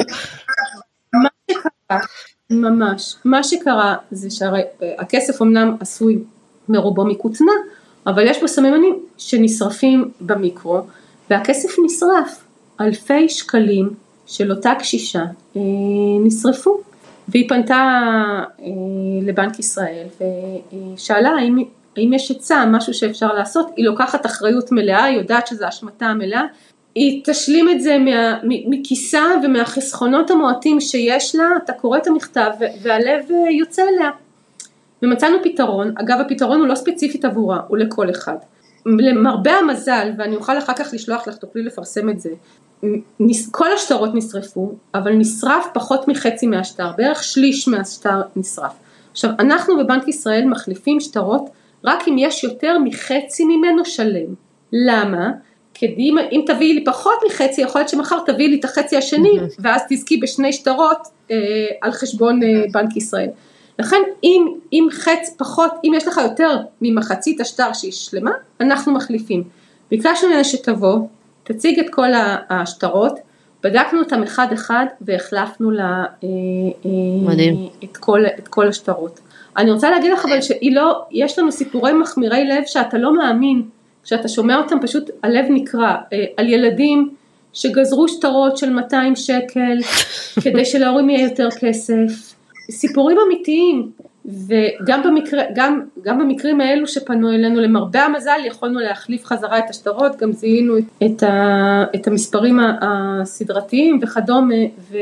מה שקרה, ממש, מה שקרה זה שהכסף אמנם עשוי מרובו מקוטנה, אבל יש בו סממנים שנשרפים במיקרו, והכסף נשרף. אלפי שקלים של אותה קשישה נשרפו, והיא פנתה לבנק ישראל ושאלה האם, האם יש עצה, משהו שאפשר לעשות. היא לוקחת אחריות מלאה, היא יודעת שזו השמטה המלאה, היא תשלים את זה מה, מכיסה ומהחסכונות המועטים שיש לה, אתה קורא את המכתב והלב יוצא אליה. ומצאנו פתרון, אגב הפתרון הוא לא ספציפית עבורה, הוא לכל אחד. למרבה המזל, ואני אוכל אחר כך לשלוח לך, תוכלי לפרסם את זה, כל השטרות נשרפו, אבל נשרף פחות מחצי מהשטר, בערך שליש מהשטר נשרף. עכשיו, אנחנו בבנק ישראל מחליפים שטרות, רק אם יש יותר מחצי ממנו שלם. למה? כי אם תביאי לי פחות מחצי, יכול להיות שמחר תביאי לי את החצי השני, ואז תזכי בשני שטרות אה, על חשבון אה, בנק ישראל. לכן אם, אם חץ פחות, אם יש לך יותר ממחצית השטר שהיא שלמה, אנחנו מחליפים. ביקשנו ממנה שתבוא, תציג את כל השטרות, בדקנו אותם אחד אחד והחלפנו לה מדהים. את כל, את כל השטרות. אני רוצה להגיד לך אבל שהיא לא, יש לנו סיפורי מחמירי לב שאתה לא מאמין, כשאתה שומע אותם פשוט הלב נקרע, על ילדים שגזרו שטרות של מאתיים שקל, כדי שלהורים יהיה יותר כסף, סיפורים אמיתיים, וגם במקרה, גם, גם במקרים האלו שפנו אלינו, למרבה המזל יכולנו להחליף חזרה את השטרות, גם זיהינו את, ה, את המספרים הסדרתיים וכדומה, ו,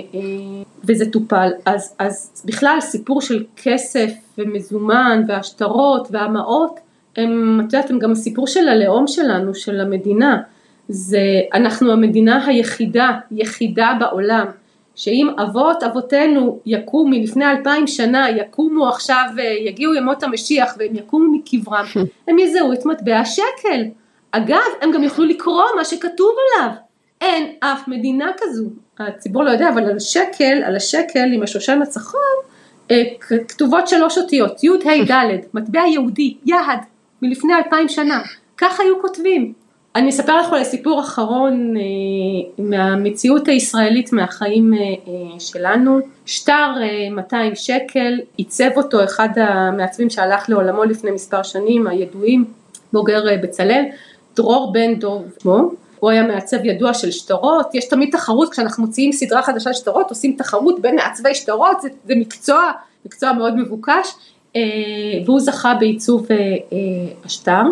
וזה טופל. אז, אז בכלל סיפור של כסף ומזומן והשטרות והמאות, הם, את יודעת, הם גם הסיפור של הלאום שלנו, של המדינה. זה, אנחנו המדינה היחידה, יחידה בעולם, שאם אבות אבותינו יקומו מלפני אלפיים שנה, יקומו עכשיו, יגיעו ימות המשיח והם יקומו מקברם, הם יזהו את מטבע השקל. אגב, הם גם יוכלו לקרוא מה שכתוב עליו. אין אף מדינה כזו. הציבור לא יודע, אבל על השקל, על השקל עם השושן הצחור, כתובות שלוש אותיות, י' ה' ד', מטבע יהודי, יהד, מלפני אלפיים שנה. כך היו כותבים. אני אספר לך על סיפור אחרון אה, מהמציאות הישראלית מהחיים אה, שלנו. שטר אה, מאתיים שקל, עיצב אותו אחד המעצבים שהלך לעולמו לפני מספר שנים, הידועים, בוגר אה, בצלאל, דרור בן דוב שמו. הוא היה מעצב ידוע של שטרות, יש תמיד תחרות, כשאנחנו מוציאים סדרה חדשה של שטרות, עושים תחרות בין מעצבי שטרות, זה, זה מקצוע, מקצוע מאוד מבוקש, אה, והוא זכה בעיצוב אה, אה, השטר.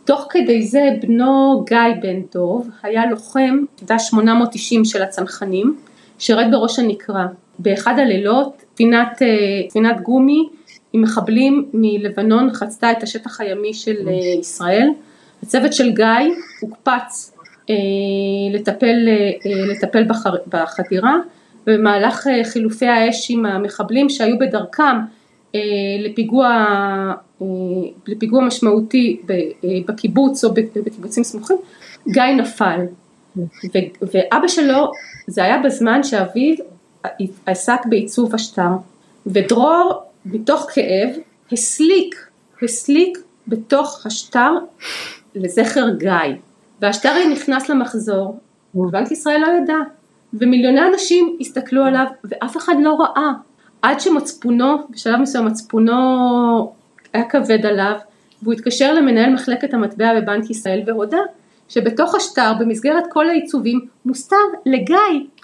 תוך כדי זה בנו גיא בן דוב היה לוחם דש שמונה מאות תשעים של הצנחנים, שירת בראש הנקרה. באחד הלילות ספינת, ספינת גומי עם מחבלים מלבנון חצתה את השטח הימי של ישראל. הצוות של גיא הוקפץ אה, לטפל, אה, לטפל בחר, בחדירה, ובמהלך אה, חילופי האש עם המחבלים שהיו בדרכם אה, לפיגוע, אה, לפיגוע משמעותי בקיבוץ או בקיבוצים סמוכים, גיא נפל. ו, ואבא שלו, זה היה בזמן שאביו עסק בעיצוב השטר, ודרור מתוך כאב הסליק, הסליק בתוך השטר לזכר גיא, והשטר נכנס למחזור, ובנק ישראל לא ידע, ומיליוני אנשים הסתכלו עליו, ואף אחד לא ראה, עד שמצפונו, בשלב מסוים מצפונו היה כבד עליו, והוא התקשר למנהל מחלקת המטבע בבנק ישראל, והודע שבתוך השטר, במסגרת כל העיצובים, מוסתר לגיא.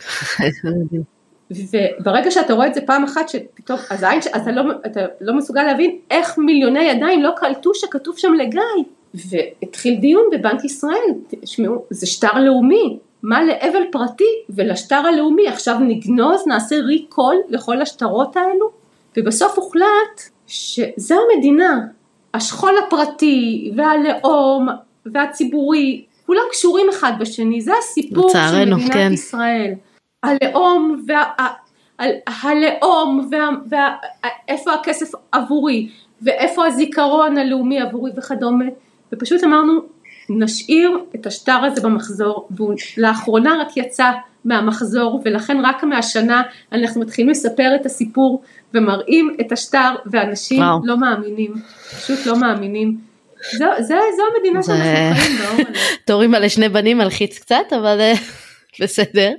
וברגע שאתה רואה את זה פעם אחת, שפתאום, אז העין, אתה לא, אתה לא מסוגל להבין איך מיליוני ידיים לא קלטו שכתוב שם לגיא. והתחיל דיון בבנק ישראל, תשמעו, זה שטר לאומי, מה לאבל פרטי ולשטר הלאומי, עכשיו נגנוז, נעשה ריקול לכל השטרות האלו, ובסוף הוחלט שזו המדינה, השכול הפרטי והלאום והציבורי, כולם קשורים אחד בשני, זה הסיפור של מדינת כן. ישראל. הלאום וה, הלאום ואיפה הכסף עבורי ואיפה הזיכרון הלאומי עבורי וכדומה, ופשוט אמרנו נשאיר את השטר הזה במחזור, והוא לאחרונה רק יצא מהמחזור, ולכן רק מהשנה אנחנו מתחילים לספר את הסיפור ומראים את השטר, ואנשים וואו. לא מאמינים, פשוט לא מאמינים. זו, זו, זו המדינה זה... שאנחנו חיים באור. תורים על שני בנים מלחיץ קצת, אבל בסדר.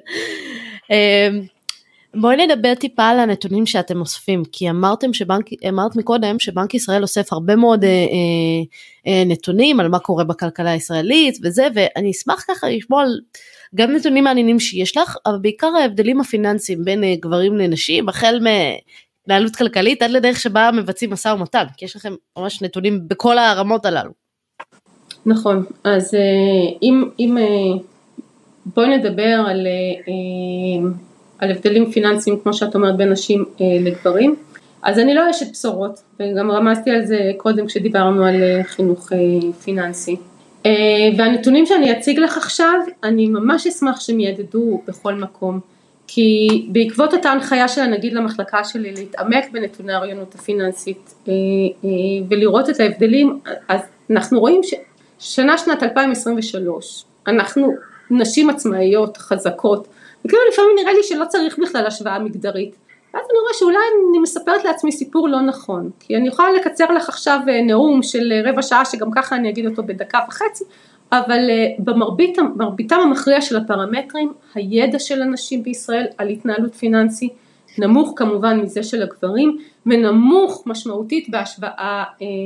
בואי נדבר טיפה על הנתונים שאתם אוספים, כי אמרתם שבנק, אמרת מקודם שבנק ישראל אוסף הרבה מאוד אה, אה, נתונים על מה קורה בכלכלה הישראלית וזה, ואני אשמח ככה לשמוע על גם נתונים מעניינים שיש לך, אבל בעיקר ההבדלים הפיננסיים בין אה, גברים לנשים, החל מהתנהלות כלכלית עד לדרך שבה מבצעים משא ומתן, כי יש לכם ממש נתונים בכל הרמות הללו. נכון, אז אה, אם, אם אה, בואי נדבר על... אה, על הבדלים פיננסיים, כמו שאת אומרת, בין נשים אה, לגברים. אז אני לא אשת בשורות, וגם רמזתי על זה קודם כשדיברנו על אה, חינוך אה, פיננסי. אה, והנתונים שאני אציג לך עכשיו, אני ממש אשמח שהם ידדו בכל מקום, כי בעקבות אותה הנחיה של הנגיד למחלקה שלי, להתעמק בנתוני האוריינות הפיננסית, אה, אה, ולראות את ההבדלים, אז אנחנו רואים ששנה שנת אלפיים עשרים ושלוש, אנחנו נשים עצמאיות חזקות, וכאילו לפעמים נראה לי שלא צריך בכלל השוואה מגדרית, ואז אני רואה שאולי אני מספרת לעצמי סיפור לא נכון, כי אני יכולה לקצר לך עכשיו נאום של רבע שעה, שגם ככה אני אגיד אותו בדקה וחצי, אבל במרביתם המכריע של הפרמטרים, הידע של אנשים בישראל על התנהלות פיננסי, נמוך כמובן מזה של הגברים, ונמוך משמעותית בהשוואה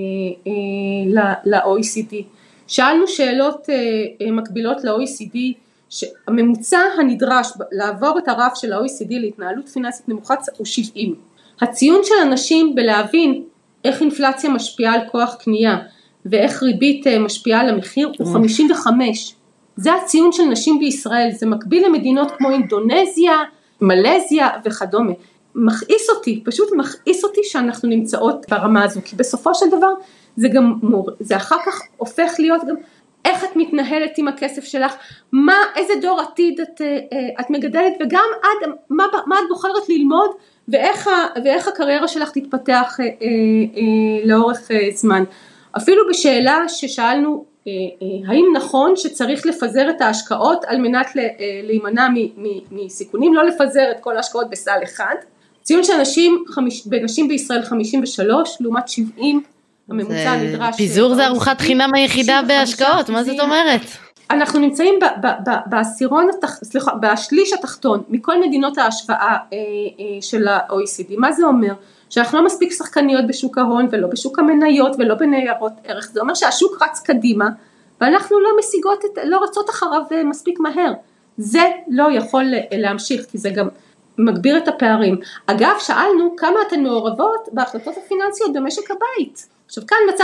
ל-או אי סי די. שאלנו שאלות מקבילות ל-או אי סי די, שהממוצע הנדרש לעבור את הרף של ה-או אי סי די להתנהלות פיננסית נמוכה הוא שבעים. הציון של אנשים בלהבין איך אינפלציה משפיעה על כוח קנייה ואיך ריבית משפיעה על המחיר הוא חמישים וחמש. זה הציון של נשים בישראל, זה מקביל למדינות כמו אינדונזיה, מלזיה וכדומה. מכעיס אותי, פשוט מכעיס אותי שאנחנו נמצאות ברמה הזו, כי בסופו של דבר זה גם מור, זה אחר כך הופך להיות גם איך את מתנהלת עם הכסף שלך, מה, איזה דור עתיד את, את מגדלת, וגם עד, מה, מה את בוחרת ללמוד, ואיך, ואיך הקריירה שלך תתפתח אה, אה, לאורך אה, זמן. אפילו בשאלה ששאלנו, אה, אה, האם נכון שצריך לפזר את ההשקעות, על מנת ל, אה, להימנע מ, מ, מסיכונים, לא לפזר את כל ההשקעות בסל אחד. ציון שאנשים, חמיש, בנשים בישראל חמישים ושלוש, לעומת שבעים, הממוצע הנדרש. פיזור זה ארוחת חינם היחידה בהשקעות, מה זאת אומרת? אנחנו נמצאים בעשירון, סליחה, בשליש התחתון, מכל מדינות ההשוואה של ה-או אי סי די. מה זה אומר? שאנחנו לא מספיק שחקניות בשוק ההון, ולא בשוק המניות, ולא בניירות ערך. זה אומר שהשוק רץ קדימה, ואנחנו לא משיגות, לא רצות אחריו מספיק מהר. זה לא יכול להמשיך, כי זה גם מגביר את הפערים. אגב, שאלנו כמה אתן מעורבות בהחלטות הפיננסיות במשק הבית. עכשיו כאן מצאנו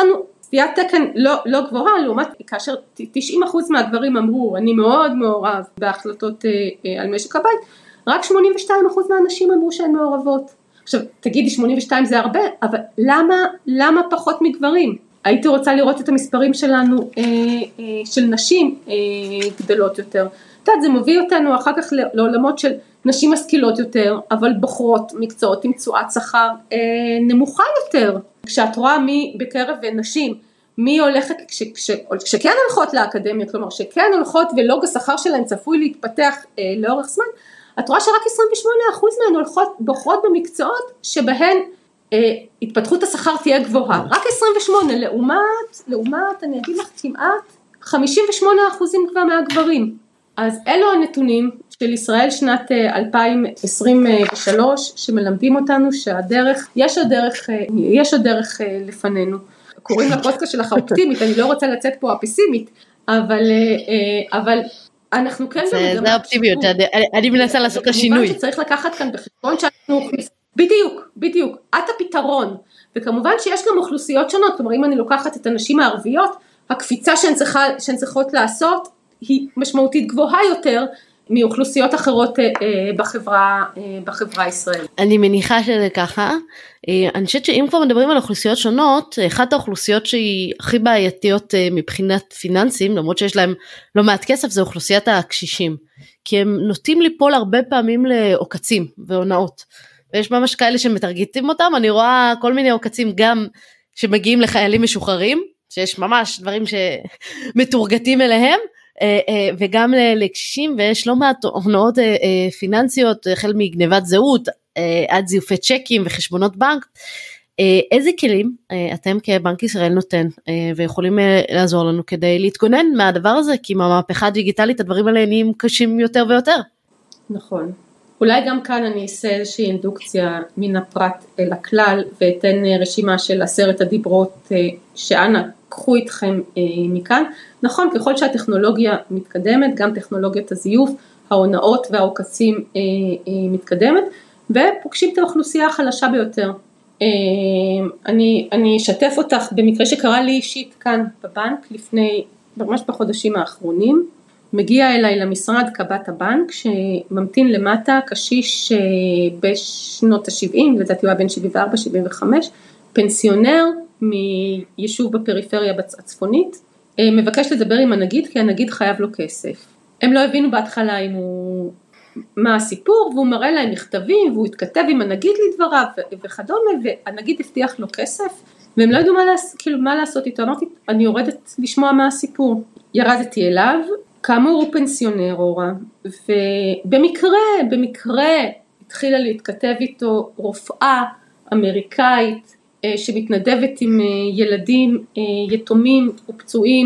צפיית תקן לא, לא גבוהה, לעומת כאשר תשעים אחוז מהגברים אמרו, אני מאוד מעורב בהחלטות על משק הבית, רק שמונים ושתיים אחוז מהנשים אמרו שהן מעורבות. עכשיו, תגידי שמונים ושתיים זה הרבה, אבל למה, למה פחות מגברים? הייתי רוצה לראות את המספרים שלנו, אה, אה, של נשים אה, גדלות יותר. את יודעת, זה מביא אותנו אחר כך לעולמות של נשים משכילות יותר, אבל בוחרות מקצועות עם תשואת שכר אה, נמוכה יותר. כשאת רואה מי בקרב נשים, מי הולכת, כש, כש, כשכן הולכות לאקדמיה, כלומר שכן הולכות ולוג השכר שלהן צפוי להתפתח אה, לאורך זמן, את רואה שרק עשרים ושמונה אחוז מהן הולכות, בוחרות במקצועות שבהן אה, התפתחות השכר תהיה גבוהה. רק עשרים ושמונה, לעומת, לעומת, אני אגיד לך כמעט, חמישים ושמונה אחוזים כבר מהגברים. אז אלו הנתונים של ישראל שנת אלפיים עשרים ושלוש, שמלמדים אותנו שהדרך, יש עוד דרך, יש עוד דרך לפנינו. קוראים לפודקאסט שלך האופטימית, אני לא רוצה לצאת פה הפסימית, אבל, אבל אנחנו כן... זה, זה האופטימיות, אני, אני מנסה לעשות את השינוי. כמובן שצריך לקחת כאן בחשבון שאנחנו... בדיוק, בדיוק, את הפתרון, וכמובן שיש גם אוכלוסיות שונות, כלומר אם אני לוקחת את הנשים הערביות, הקפיצה שהן, צריכה, שהן צריכות לעשות, היא משמעותית גבוהה יותר, מאוכלוסיות אחרות בחברה, בחברה הישראלית. אני מניחה שזה ככה, אני חושבת שאם כבר מדברים על אוכלוסיות שונות, אחת האוכלוסיות שהיא הכי בעייתיות מבחינת פיננסים, למרות שיש להם לא מעט כסף, זה אוכלוסיית הקשישים, כי הם נוטים ליפול הרבה פעמים לעוקצים והונאות, ויש ממש כאלה שמתרגטים אותם, אני רואה כל מיני עוקצים גם שמגיעים לחיילים משוחררים, שיש ממש דברים שמתורגטים אליהם, וגם לקשישים, ויש לא מעט הונאות פיננסיות, החל מגנבת זהות, עד זיופי צ'קים וחשבונות בנק. איזה כלים אתם כבנק ישראל נותן, ויכולים לעזור לנו כדי להתגונן מהדבר הזה, כי מהמהפכה הדיגיטלית הדברים האלה נהיים קשים יותר ויותר. נכון. אולי גם כאן אני אעשה איזושהי אינדוקציה מן הפרט אל הכלל, ואתן רשימה של עשרת הדיברות שאנה קחו איתכם מכאן. נכון, ככל שהטכנולוגיה מתקדמת, גם טכנולוגיית הזיוף, ההונאות והעוקצים מתקדמת, ופוגשים את האוכלוסייה החלשה ביותר. אני, אני אשתף אותך במקרה שקרה לי אישית כאן בבנק, לפני, ממש בחודשים האחרונים, מגיע אליי למשרד קב"ט הבנק, שממתין למטה קשיש בשנות ה-שבעים, לדעתי הוא היה בין שבעים וארבע שבעים וחמש, פנסיונר מיישוב בפריפריה הצפונית, מבקש לדבר עם הנגיד, כי הנגיד חייב לו כסף. הם לא הבינו בהתחלה אם הוא, מה הסיפור, והוא מראה להם מכתבים, והוא התכתב עם הנגיד לדבריו וכדומה, והנגיד הבטיח לו כסף, והם לא ידעו מה, לעש, כאילו, מה לעשות איתו. אמרתי, אני יורדת לשמוע מה הסיפור. ירדתי אליו, כאמור הוא פנסיונר אורה, ובמקרה, במקרה התחילה להתכתב איתו רופאה אמריקאית, שמתנדבת עם ילדים יתומים ופצועים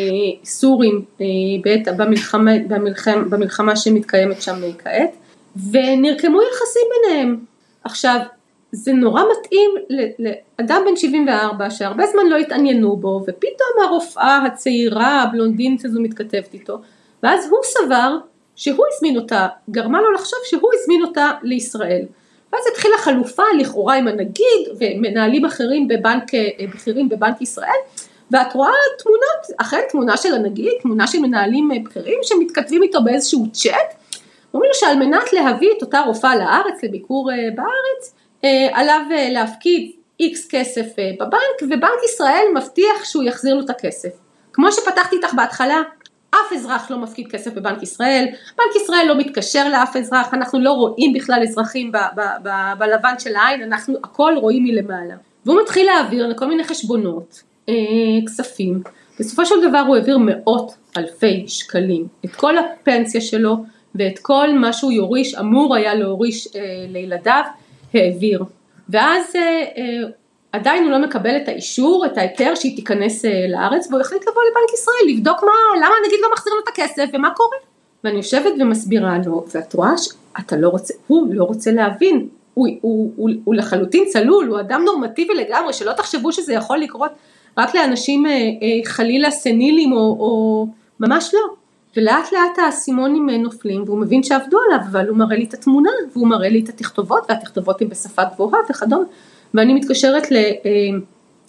סורים בעת, במלחמה, במלחמה, במלחמה שמתקיימת שם כעת, ונרקמו יחסים ביניהם. עכשיו, זה נורא מתאים לאדם בן שבעים וארבע שהרבה זמן לא התעניינו בו, ופתאום הרופאה הצעירה הבלונדינית הזו מתכתבת איתו, ואז הוא סבר שהוא הזמין אותה, גרמה לו לחשוב שהוא הזמין אותה לישראל. ואז התחילה חלופה לכאורה עם הנגיד ומנהלים אחרים בבנק, בכירים בבנק ישראל, ואת רואה תמונות, אחרי תמונה של הנגיד, תמונה של מנהלים בכירים שמתכתבים איתו באיזשהו צ'אט, אומרים לו שעל מנת להביא את אותה רופאה לארץ, לביקור בארץ, עליו להפקיד איקס כסף בבנק, ובנק ישראל מבטיח שהוא יחזיר לו את הכסף. כמו שפתחתי איתך בהתחלה, אף אזרח לא מפקיד כסף בבנק ישראל, בנק ישראל לא מתקשר לאף אזרח, אנחנו לא רואים בכלל אזרחים ב- ב- ב- בלבן של העין, אנחנו הכל רואים מלמעלה. והוא מתחיל להעביר לכל מיני חשבונות, אה, כספים, בסופו של דבר הוא העביר מאות אלפי שקלים, את כל הפנסיה שלו, ואת כל מה שהוא יוריש, אמור היה להוריש אה, לילדיו, העביר. ואז אה, אה, עדיין הוא לא מקבל את האישור, את ההיתר שהיא תיכנס לארץ, והוא החליט לבוא לבנק ישראל, לבדוק מה, למה נגיד לא מחזיר לו את הכסף, ומה קורה. ואני יושבת ומסבירה לו, ואת רואה שאתה לא רוצה, הוא לא רוצה להבין, הוא, הוא, הוא, הוא לחלוטין צלול, הוא אדם נורמטיבי לגמרי, שלא תחשבו שזה יכול לקרות רק לאנשים חלילה סנילים, או, או ממש לא. ולאט לאט האסימונים נופלים, והוא מבין שעבדו עליו, אבל הוא מראה לי את התמונה, והוא מראה לי את התכתובות, והתכתובות הן בשפה גבוהה וכדומה. ואני מתקשרת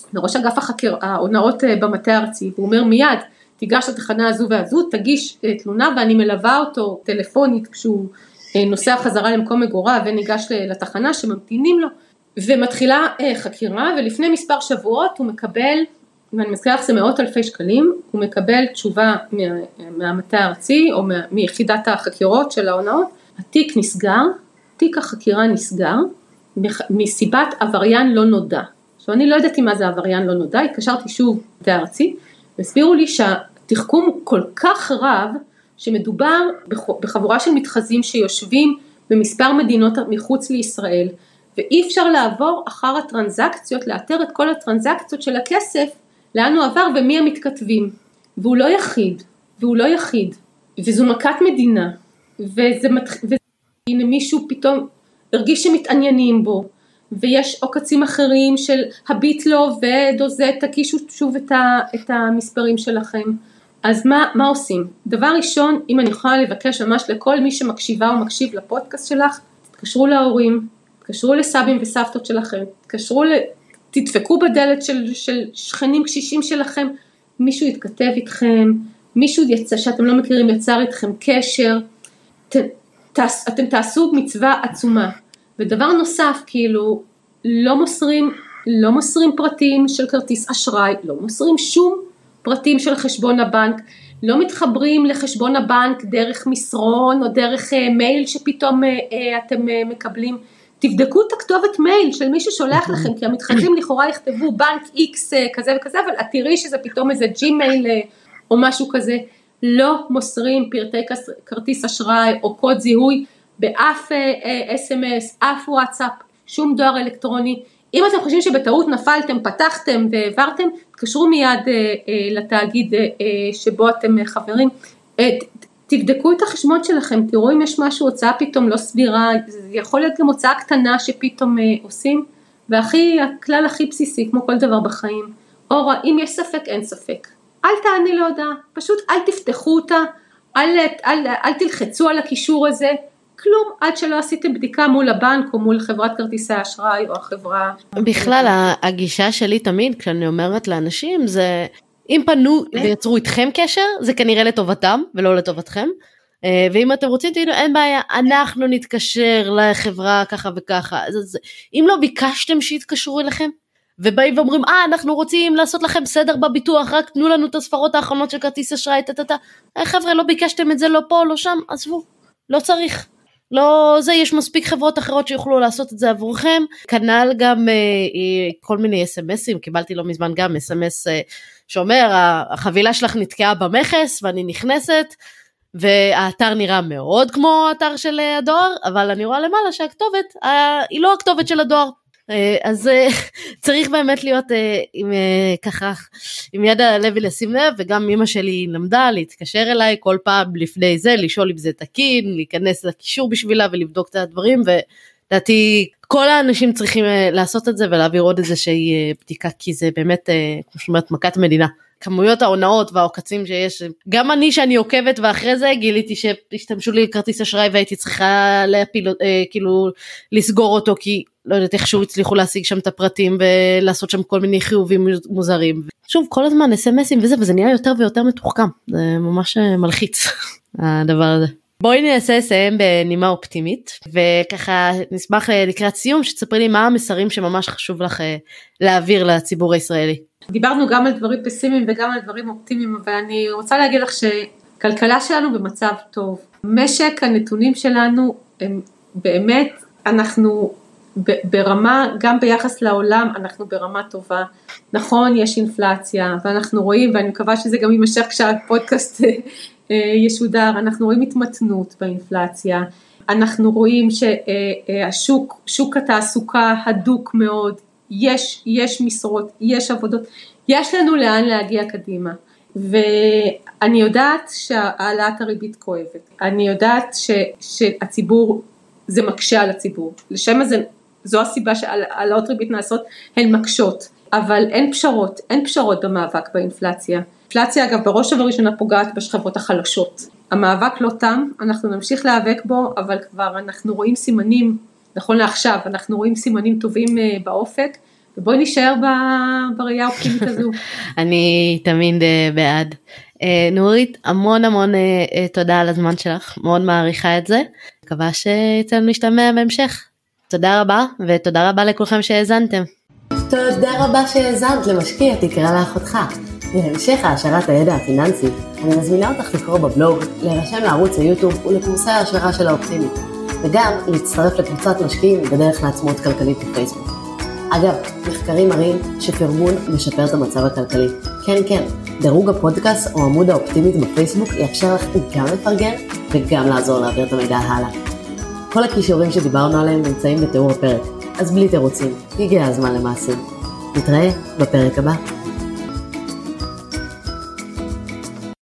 לראש אגף החקר, ההונאות במטה הארצי, הוא אומר מיד, תיגש לתחנה הזו והזו, תגיש תלונה ואני מלווה אותו טלפונית כשהוא נוסע חזרה למקום מגורה וניגש לתחנה שממתינים לו, ומתחילה חקירה, ולפני מספר שבועות הוא מקבל, ואני מזכירה לך זה מאות אלפי שקלים, הוא מקבל תשובה מהמטה הארצי או מיחידת החקירות של ההונאות, התיק נסגר, תיק החקירה נסגר, מסיבת עבריין לא נודע. עכשיו אני לא ידעתי מה זה עבריין לא נודע, התקשרתי שוב למטה הארצי, והסבירו לי שהתחכום הוא כל כך רב, שמדובר בחבורה של מתחזים שיושבים במספר מדינות מחוץ לישראל, ואי אפשר לעבור אחר הטרנזקציות, לאתר את כל הטרנזקציות של הכסף, לאן הוא עבר ומי המתכתבים, והוא לא יחיד, והוא לא יחיד, וזו מכת מדינה, וזה מתח... והנה מישהו פתאום הרגיש שמתעניינים בו, ויש עוקצים אחרים של הביט לו ודוזה, תקישו שוב את, ה... את המספרים שלכם, אז מה, מה עושים? דבר ראשון, אם אני יכולה לבקש ממש לכל מי שמקשיבה או מקשיב לפודקאסט שלך, תתקשרו להורים, תתקשרו לסבים וסבתות שלכם, תתקשרו ל... תדפקו בדלת של, של שכנים קשישים שלכם, מישהו יתכתב איתכם, מישהו יצא, שאתם לא מכירים יצר איתכם קשר, ת, תעש, אתם תעשו מצווה עצומה. ודבר נוסף, כאילו, לא מוסרים, לא מוסרים פרטים של כרטיס אשראי, לא מוסרים שום פרטים של חשבון הבנק, לא מתחברים לחשבון הבנק דרך מסרון או דרך uh, מייל שפתאום uh, uh, אתם uh, מקבלים, תבדקו את הכתובת מייל של מי ששולח לכם, כי המתחתים לכאורה יכתבו בנק X כזה וכזה, אבל את תראי שזה פתאום איזה ג'ימייל או משהו כזה, לא מוסרים פרטי כרטיס אשראי או קוד זיהוי באף אס אם אס, אף וואטסאפ, שום דואר אלקטרוני. אם אתם חושבים שבטעות נפלתם, פתחתם והעברתם, תקשרו מיד לתאגיד שבו אתם חברים, תבדקו את החשבון שלכם, תראו אם יש משהו, הוצאה פתאום לא סבירה, זה יכול להיות גם הוצאה קטנה שפתאום אה, עושים, והכי, הכלל הכי בסיסי, כמו כל דבר בחיים, אורה, אם יש ספק, אין ספק, אל תעני להודעה, פשוט אל תפתחו אותה, אל, אל, אל, אל תלחצו על הקישור הזה, כלום, עד שלא עשיתם בדיקה מול הבנק, או מול חברת כרטיסי האשראי, או החברה. בכלל, הגישה שלי תמיד, כשאני אומרת לאנשים, זה... אם פנו ויצרו איתכם קשר, זה כנראה לטובתם ולא לטובתכם, ואם אתם רוצים, תגידו, אין בעיה, אנחנו נתקשר לחברה ככה וככה, אז אם לא ביקשתם שיתקשרו אליכם, ובאים ואומרים, אה, אנחנו רוצים לעשות לכם סדר בביטוח, רק תנו לנו את הספרות האחרונות של כרטיס אשראי, טטטה, חבר'ה, לא ביקשתם את זה, לא פה, לא שם, עזבו, לא צריך. לא, זה יש מספיק חברות אחרות שיוכלו לעשות את זה עבורכם, כנ"ל גם אה, כל מיני אס אם אסים, קיבלתי לא מזמן גם אס אם אס אה, שאומר, החבילה שלך נתקעה במכס ואני נכנסת, והאתר נראה מאוד כמו האתר של הדואר, אבל אני רואה למעלה שהכתובת אה, היא לא הכתובת של הדואר, אה, אז אה, צריך באמת להיות אה, עם, אה, ככה, עם יד על הלב ולשים לב, וגם אמא שלי למדה להתקשר אליי כל פעם לפני זה, לשאול אם זה תקין, להיכנס לקישור בשבילה ולבדוק את הדברים, ודעתי כל האנשים צריכים לעשות את זה ולהעביר עוד איזושהי בדיקה, כי זה באמת, כמו שאומרת, מכת מדינה. כמויות העונאות והעוקצים שיש, גם אני שאני עוקבת ואחרי זה גיליתי שהשתמשו לי כרטיס אשראי והייתי צריכה להפיל, כאילו לסגור אותו, כי לא יודעת איכשהו הצליחו להשיג שם את הפרטים ולעשות שם כל מיני חיובים מוזרים. שוב, כל הזמן אס אם אסים וזה, וזה נהיה יותר ויותר מתוחכם, זה ממש מלחיץ הדבר הזה. בואי ננסה לסיים בנימה אופטימית, וככה נשמח לקראת סיום, שתספרי לי מה המסרים שממש חשוב לך להעביר לציבור הישראלי. דיברנו גם על דברים פסימיים וגם על דברים אופטימיים, אבל אני רוצה להגיד לך שכלכלה שלנו במצב טוב. משק הנתונים שלנו, הם באמת, אנחנו ברמה, גם ביחס לעולם, אנחנו ברמה טובה. נכון, יש אינפלציה, ואנחנו רואים, ואני מקווה שזה גם יימשך כשהפודקאסט ישודר, אנחנו רואים התמתנות באינפלציה, אנחנו רואים שהשוק, שוק התעסוקה הדוק מאוד, יש, יש משרות, יש עבודות, יש לנו לאן להגיע קדימה, ואני יודעת שהעלאת הריבית כואבת, אני יודעת ש, שהציבור, זה מקשה על הציבור, לשם הזה, זו הסיבה שהעלאות ריבית נעשות, הן מקשות, אבל אין פשרות, אין פשרות במאבק באינפלציה. אינפלציה אגב בראש ובראשונה פוגעת בשכבות החלשות. המאבק לא תם, אנחנו נמשיך להיאבק בו, אבל כבר אנחנו רואים סימנים, נכון לעכשיו, אנחנו רואים סימנים טובים באופק, ובואי נשאר בראייה האופטימית הזו. אני תמיד בעד. נורית, המון המון תודה על הזמן שלך, מאוד מעריכה את זה, מקווה שיצא לנו להשתמע בהמשך. תודה רבה, ותודה רבה לכולכם שהאזנתם. תודה רבה שהאזנת למשקיע תקרא לאחותך. להמשך העשרת הידע הפיננסי, אני מזמינה אותך לקרוא בבלוג, להירשם לערוץ היוטיוב ולקורסי ההשערה של האופטימית, וגם להצטרף לקבוצת משקיעים בדרך לעצמאות כלכלית בפייסבוק. אגב, מחקרים מראים שפרגון משפר את המצב הכלכלי. כן, כן, דירוג הפודקאסט או עמוד האופטימית בפייסבוק יאפשר לך גם לפרגן וגם לעזור להעביר את המידע הלאה. כל הכישורים שדיברנו עליהם נמצאים בתיאור הפרק, אז בלי תירוצים, הגיע הזמן למעשים. נתראה בפרק הבא.